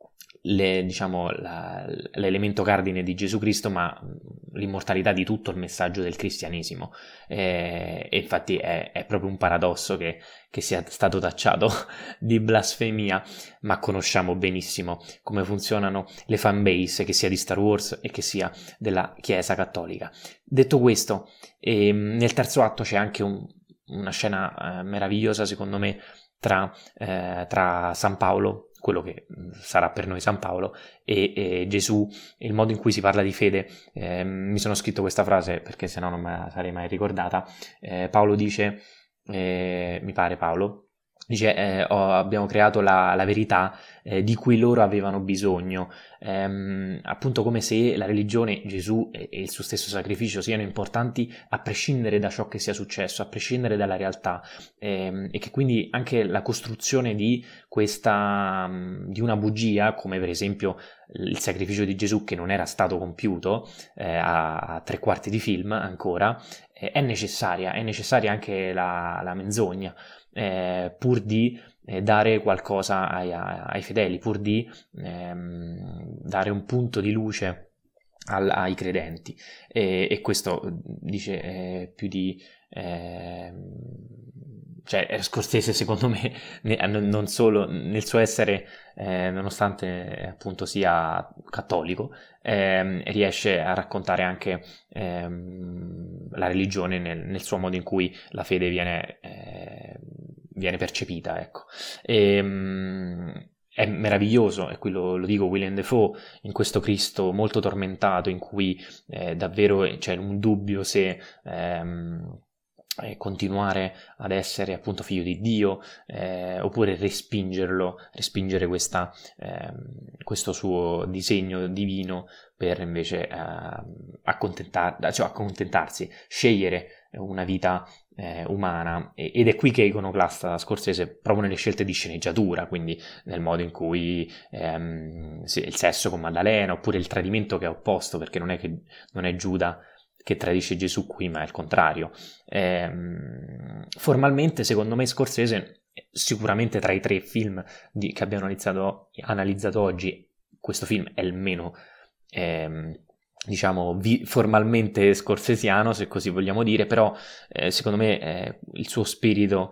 l'elemento cardine di Gesù Cristo, ma l'immortalità di tutto il messaggio del cristianesimo. E infatti è proprio un paradosso che sia stato tacciato di blasfemia, ma conosciamo benissimo come funzionano le fanbase, che sia di Star Wars e che sia della Chiesa Cattolica. Detto questo, nel terzo atto c'è anche una scena meravigliosa, secondo me, tra San Paolo, quello che sarà per noi San Paolo, e Gesù, il modo in cui si parla di fede. Mi sono scritto questa frase perché sennò non me la sarei mai ricordata. Paolo dice, mi pare Paolo, dice abbiamo creato la verità di cui loro avevano bisogno, appunto come se la religione, Gesù e il suo stesso sacrificio siano importanti a prescindere da ciò che sia successo, a prescindere dalla realtà, e che quindi anche la costruzione di una bugia, come per esempio il sacrificio di Gesù che non era stato compiuto a 3/4 di film ancora, è necessaria anche la menzogna, pur di dare qualcosa ai fedeli, pur di dare un punto di luce ai credenti, e questo dice più di cioè Scorsese, secondo me, non solo nel suo essere, nonostante appunto sia cattolico, riesce a raccontare anche la religione nel suo modo in cui la fede viene percepita, ecco. È meraviglioso, e qui lo dico, Willem Dafoe in questo Cristo molto tormentato, in cui davvero c'è un dubbio se continuare ad essere appunto figlio di Dio, oppure respingere questo suo disegno divino per invece accontentarsi, scegliere una vita umana, ed è qui che è iconoclasta Scorsese, proprio nelle scelte di sceneggiatura, quindi nel modo in cui il sesso con Maddalena, oppure il tradimento che è opposto, perché non è Giuda che tradisce Gesù qui, ma è il contrario. Formalmente, secondo me, Scorsese sicuramente tra i 3 film che abbiamo analizzato oggi, questo film è il meno diciamo formalmente scorsesiano, se così vogliamo dire, però secondo me il suo spirito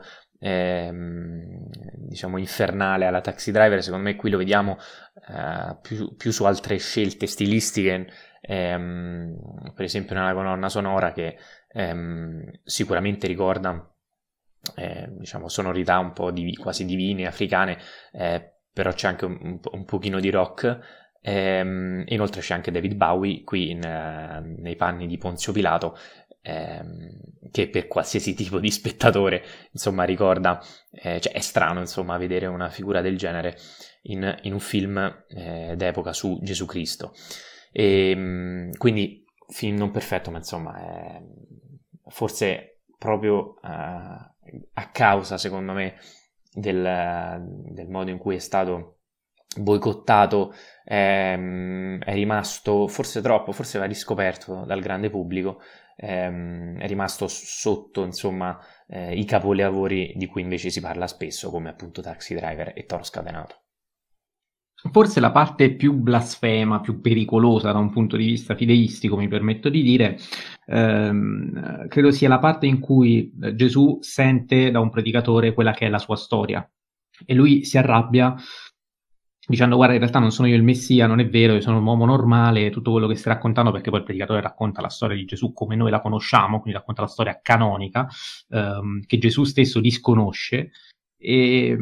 diciamo infernale alla Taxi Driver, secondo me qui lo vediamo più su altre scelte stilistiche, per esempio nella colonna sonora, che sicuramente ricorda diciamo sonorità un po' quasi divine, africane, però c'è anche un pochino di rock. Inoltre c'è anche David Bowie qui nei panni di Ponzio Pilato, che per qualsiasi tipo di spettatore insomma ricorda, cioè è strano insomma vedere una figura del genere in un film d'epoca su Gesù Cristo, quindi film non perfetto, ma insomma forse proprio a causa secondo me del modo in cui è stato boicottato, è rimasto forse troppo, forse va riscoperto dal grande pubblico, è rimasto sotto insomma i capolavori di cui invece si parla spesso, come appunto Taxi Driver e Toro Scatenato. Forse la parte più blasfema, più pericolosa da un punto di vista fideistico, mi permetto di dire, credo sia la parte in cui Gesù sente da un predicatore quella che è la sua storia e lui si arrabbia dicendo: guarda, in realtà non sono io il Messia, non è vero, io sono un uomo normale, tutto quello che stai raccontando, perché poi il predicatore racconta la storia di Gesù come noi la conosciamo, quindi racconta la storia canonica, che Gesù stesso disconosce, e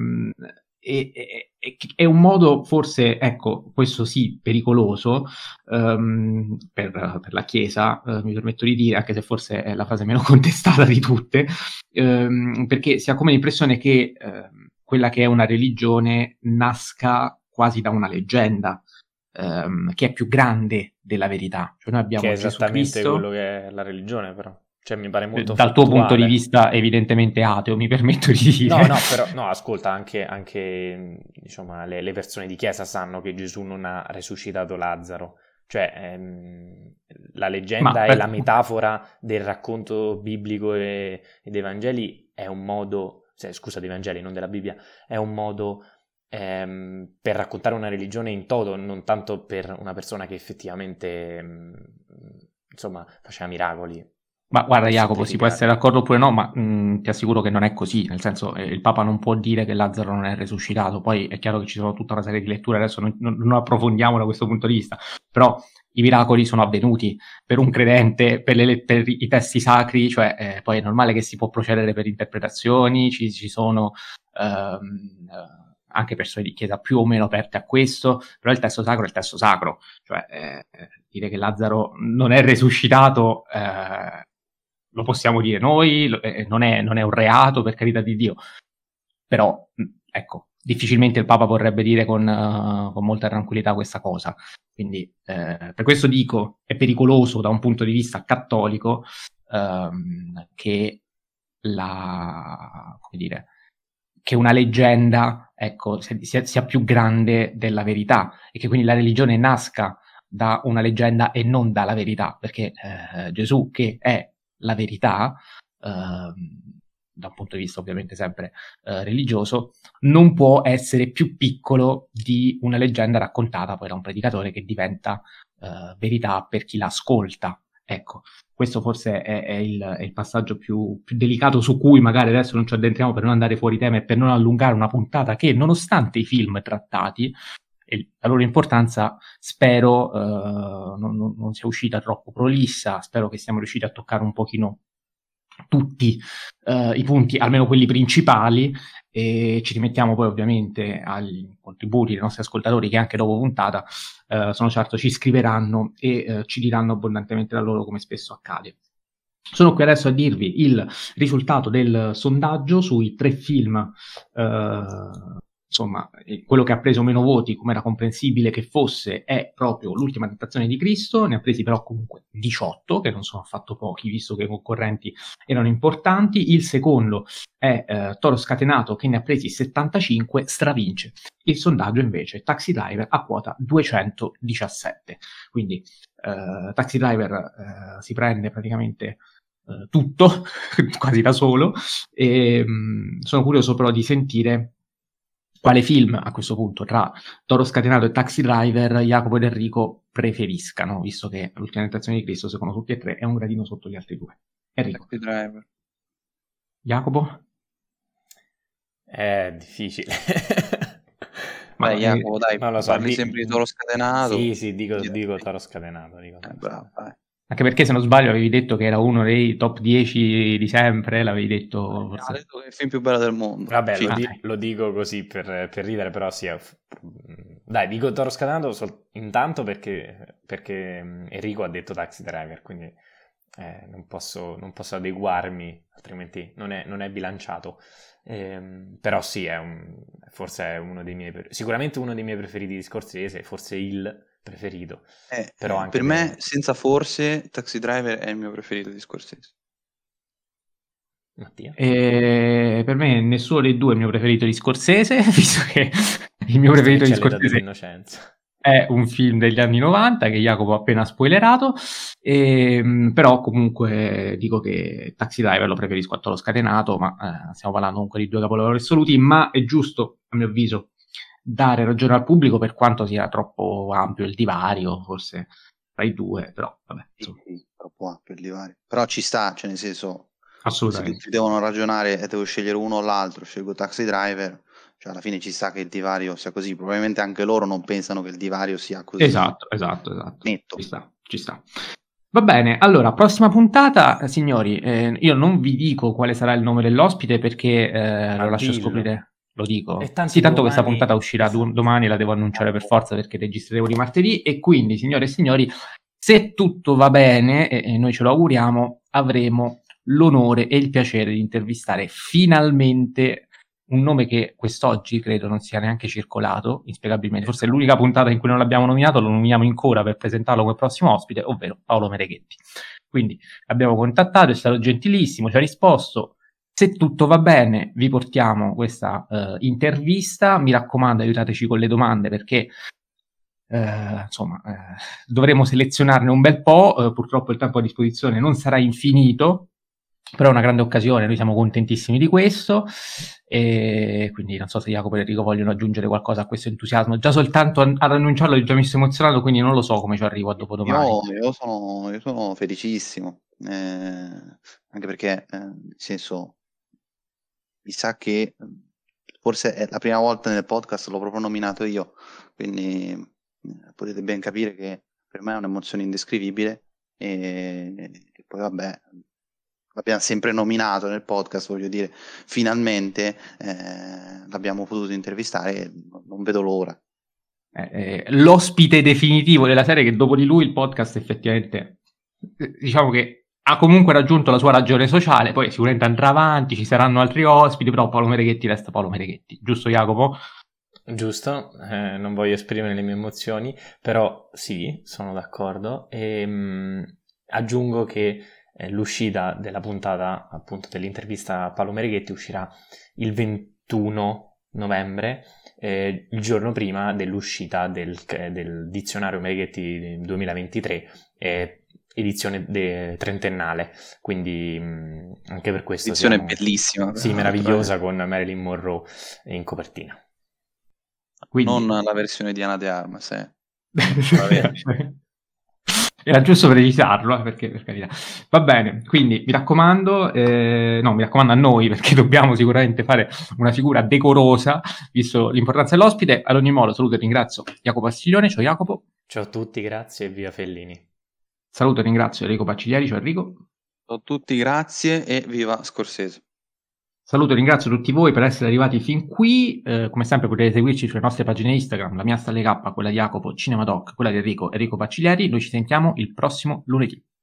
è un modo forse, ecco, questo sì, pericoloso per la Chiesa, mi permetto di dire, anche se forse è la frase meno contestata di tutte, perché si ha come l'impressione che quella che è una religione nasca quasi da una leggenda, che è più grande della verità. Cioè noi abbiamo che è Gesù esattamente Cristo, quello che è la religione, però. Cioè mi pare molto dal tuo punto di fattuale. vista evidentemente ateo, mi permetto di dire. No, però, no, ascolta, anche diciamo, le persone di chiesa sanno che Gesù non ha resuscitato Lazzaro. Cioè, la leggenda e la metafora del racconto biblico ed Evangeli è un modo, scusa, dei Vangeli, non della Bibbia, è un modo per raccontare una religione in toto, non tanto per una persona che effettivamente insomma faceva miracoli. Ma guarda Jacopo, si può essere d'accordo oppure no, ma ti assicuro che non è così, nel senso il Papa non può dire che Lazzaro non è resuscitato, poi è chiaro che ci sono tutta una serie di letture, adesso non approfondiamo da questo punto di vista, però i miracoli sono avvenuti per un credente, per i testi sacri, cioè poi è normale che si può procedere per interpretazioni, ci sono anche persone di chiesa più o meno aperte a questo, però il testo sacro è il testo sacro, cioè dire che Lazzaro non è resuscitato lo possiamo dire noi, non è un reato, per carità di Dio, però ecco, difficilmente il Papa vorrebbe dire con molta tranquillità questa cosa, quindi per questo dico è pericoloso da un punto di vista cattolico che come dire, che una leggenda, ecco, sia più grande della verità e che quindi la religione nasca da una leggenda e non dalla verità, perché Gesù, che è la verità, da un punto di vista ovviamente sempre religioso, non può essere più piccolo di una leggenda raccontata poi da un predicatore che diventa verità per chi l'ascolta. Ecco, questo forse è il passaggio più delicato, su cui magari adesso non ci addentriamo per non andare fuori tema e per non allungare una puntata che, nonostante i film trattati e la loro importanza, spero non sia uscita troppo prolissa, spero che siamo riusciti a toccare un pochino tutti i punti, almeno quelli principali, e ci rimettiamo poi ovviamente agli contributi dei nostri ascoltatori che anche dopo puntata sono certo ci scriveranno e ci diranno abbondantemente da loro, come spesso accade. Sono qui adesso a dirvi il risultato del sondaggio sui 3 film, insomma, quello che ha preso meno voti, come era comprensibile che fosse, è proprio L'ultima tentazione di Cristo, ne ha presi però comunque 18, che non sono affatto pochi, visto che i concorrenti erano importanti. Il secondo è Toro Scatenato, che ne ha presi 75, stravince. Il sondaggio invece Taxi Driver a quota 217, quindi Taxi Driver si prende praticamente tutto, quasi da solo, e sono curioso però di sentire quale film a questo punto tra Toro Scatenato e Taxi Driver Jacopo ed Enrico preferiscano, visto che L'ultima tentazione di Cristo, secondo tutti e tre, è un gradino sotto gli altri due. Enrico. Taxi Driver. Jacopo? È difficile. Beh, Jacopo, dai, non lo so, parli sempre di Toro Scatenato. Sì, dico Toro Scatenato. Bravo, vai. Anche perché, se non sbaglio, avevi detto che era uno dei top 10 di sempre, l'avevi detto forse. Ha detto che è il film più bello del mondo. Vabbè, Sì. lo dico così per ridere, però sì. Dai, dico Toro Scatenato intanto perché Enrico ha detto Taxi Driver, quindi non posso adeguarmi, altrimenti non è bilanciato. Però sì, forse è uno dei miei sicuramente uno dei miei preferiti di Scorsese, forse il preferito. Però anche per me, senza forse, Taxi Driver è il mio preferito di Scorsese. Mattia? Per me nessuno dei due è il mio preferito di Scorsese, visto che il mio preferito di Scorsese è un film degli anni 90 che Jacopo ha appena spoilerato, però comunque dico che Taxi Driver lo preferisco a Toro Scatenato, ma stiamo parlando comunque di due capolavori assoluti, ma è giusto, a mio avviso, dare ragione al pubblico per quanto sia troppo ampio il divario, forse tra i due, però vabbè. Sì, troppo ampio il divario. Però ci sta, cioè nel senso, assolutamente. se tutti devono ragionare e devo scegliere uno o l'altro, scelgo Taxi Driver, cioè alla fine ci sta che il divario sia così, probabilmente anche loro non pensano che il divario sia così. Esatto. Netto. Ci sta. Va bene, allora, prossima puntata, signori, io non vi dico quale sarà il nome dell'ospite perché lo lascio scoprire. Lo dico. Sì, tanto questa puntata uscirà domani, la devo annunciare per forza perché registreremo di martedì, e quindi, signore e signori, se tutto va bene, e noi ce lo auguriamo, avremo l'onore e il piacere di intervistare finalmente un nome che quest'oggi credo non sia neanche circolato, inspiegabilmente. Forse è l'unica puntata in cui non l'abbiamo nominato, lo nominiamo ancora per presentarlo come prossimo ospite, ovvero Paolo Mereghetti. Quindi l'abbiamo contattato, è stato gentilissimo, ci ha risposto. Se tutto va bene, vi portiamo questa intervista. Mi raccomando, aiutateci con le domande perché dovremo selezionarne un bel po'. Purtroppo il tempo a disposizione non sarà infinito, però è una grande occasione, noi siamo contentissimi di questo, e quindi non so se Jacopo e Enrico vogliono aggiungere qualcosa a questo entusiasmo. Già soltanto ad annunciarlo già mi sto emozionando, quindi non lo so come ci arrivo a dopodomani. Io sono felicissimo, anche perché nel senso, mi sa che forse è la prima volta nel podcast l'ho proprio nominato io, quindi potete ben capire che per me è un'emozione indescrivibile, e poi vabbè, l'abbiamo sempre nominato nel podcast, voglio dire, finalmente l'abbiamo potuto intervistare, non vedo l'ora. L'ospite definitivo della serie, che dopo di lui il podcast effettivamente, diciamo che ha comunque raggiunto la sua ragione sociale, poi sicuramente andrà avanti, ci saranno altri ospiti, però Paolo Mereghetti resta Paolo Mereghetti, giusto Jacopo? Giusto, non voglio esprimere le mie emozioni, però sì, sono d'accordo, e aggiungo che l'uscita della puntata, appunto, dell'intervista a Paolo Mereghetti uscirà il 21 novembre, il giorno prima dell'uscita del dizionario Mereghetti 2023, edizione trentennale, quindi anche per questo edizione bellissima, sì, meravigliosa, con Marilyn Monroe in copertina. Quindi non la versione di Ana de Armas, era giusto precisarlo, perché per carità. Va bene, quindi mi raccomando, mi raccomando a noi, perché dobbiamo sicuramente fare una figura decorosa, visto l'importanza dell'ospite. Ad ogni modo, saluto e ringrazio Jacopo Pastiglione. Ciao Jacopo. Ciao a tutti, grazie e via Fellini. Saluto e ringrazio Enrico Pacigliari. Ciao Enrico. Ciao a tutti, grazie e viva Scorsese. Saluto e ringrazio tutti voi per essere arrivati fin qui. Come sempre potete seguirci sulle nostre pagine Instagram, la mia Stalle K, quella di Jacopo, Cinemadoc, quella di Enrico Pacigliari. Noi ci sentiamo il prossimo lunedì.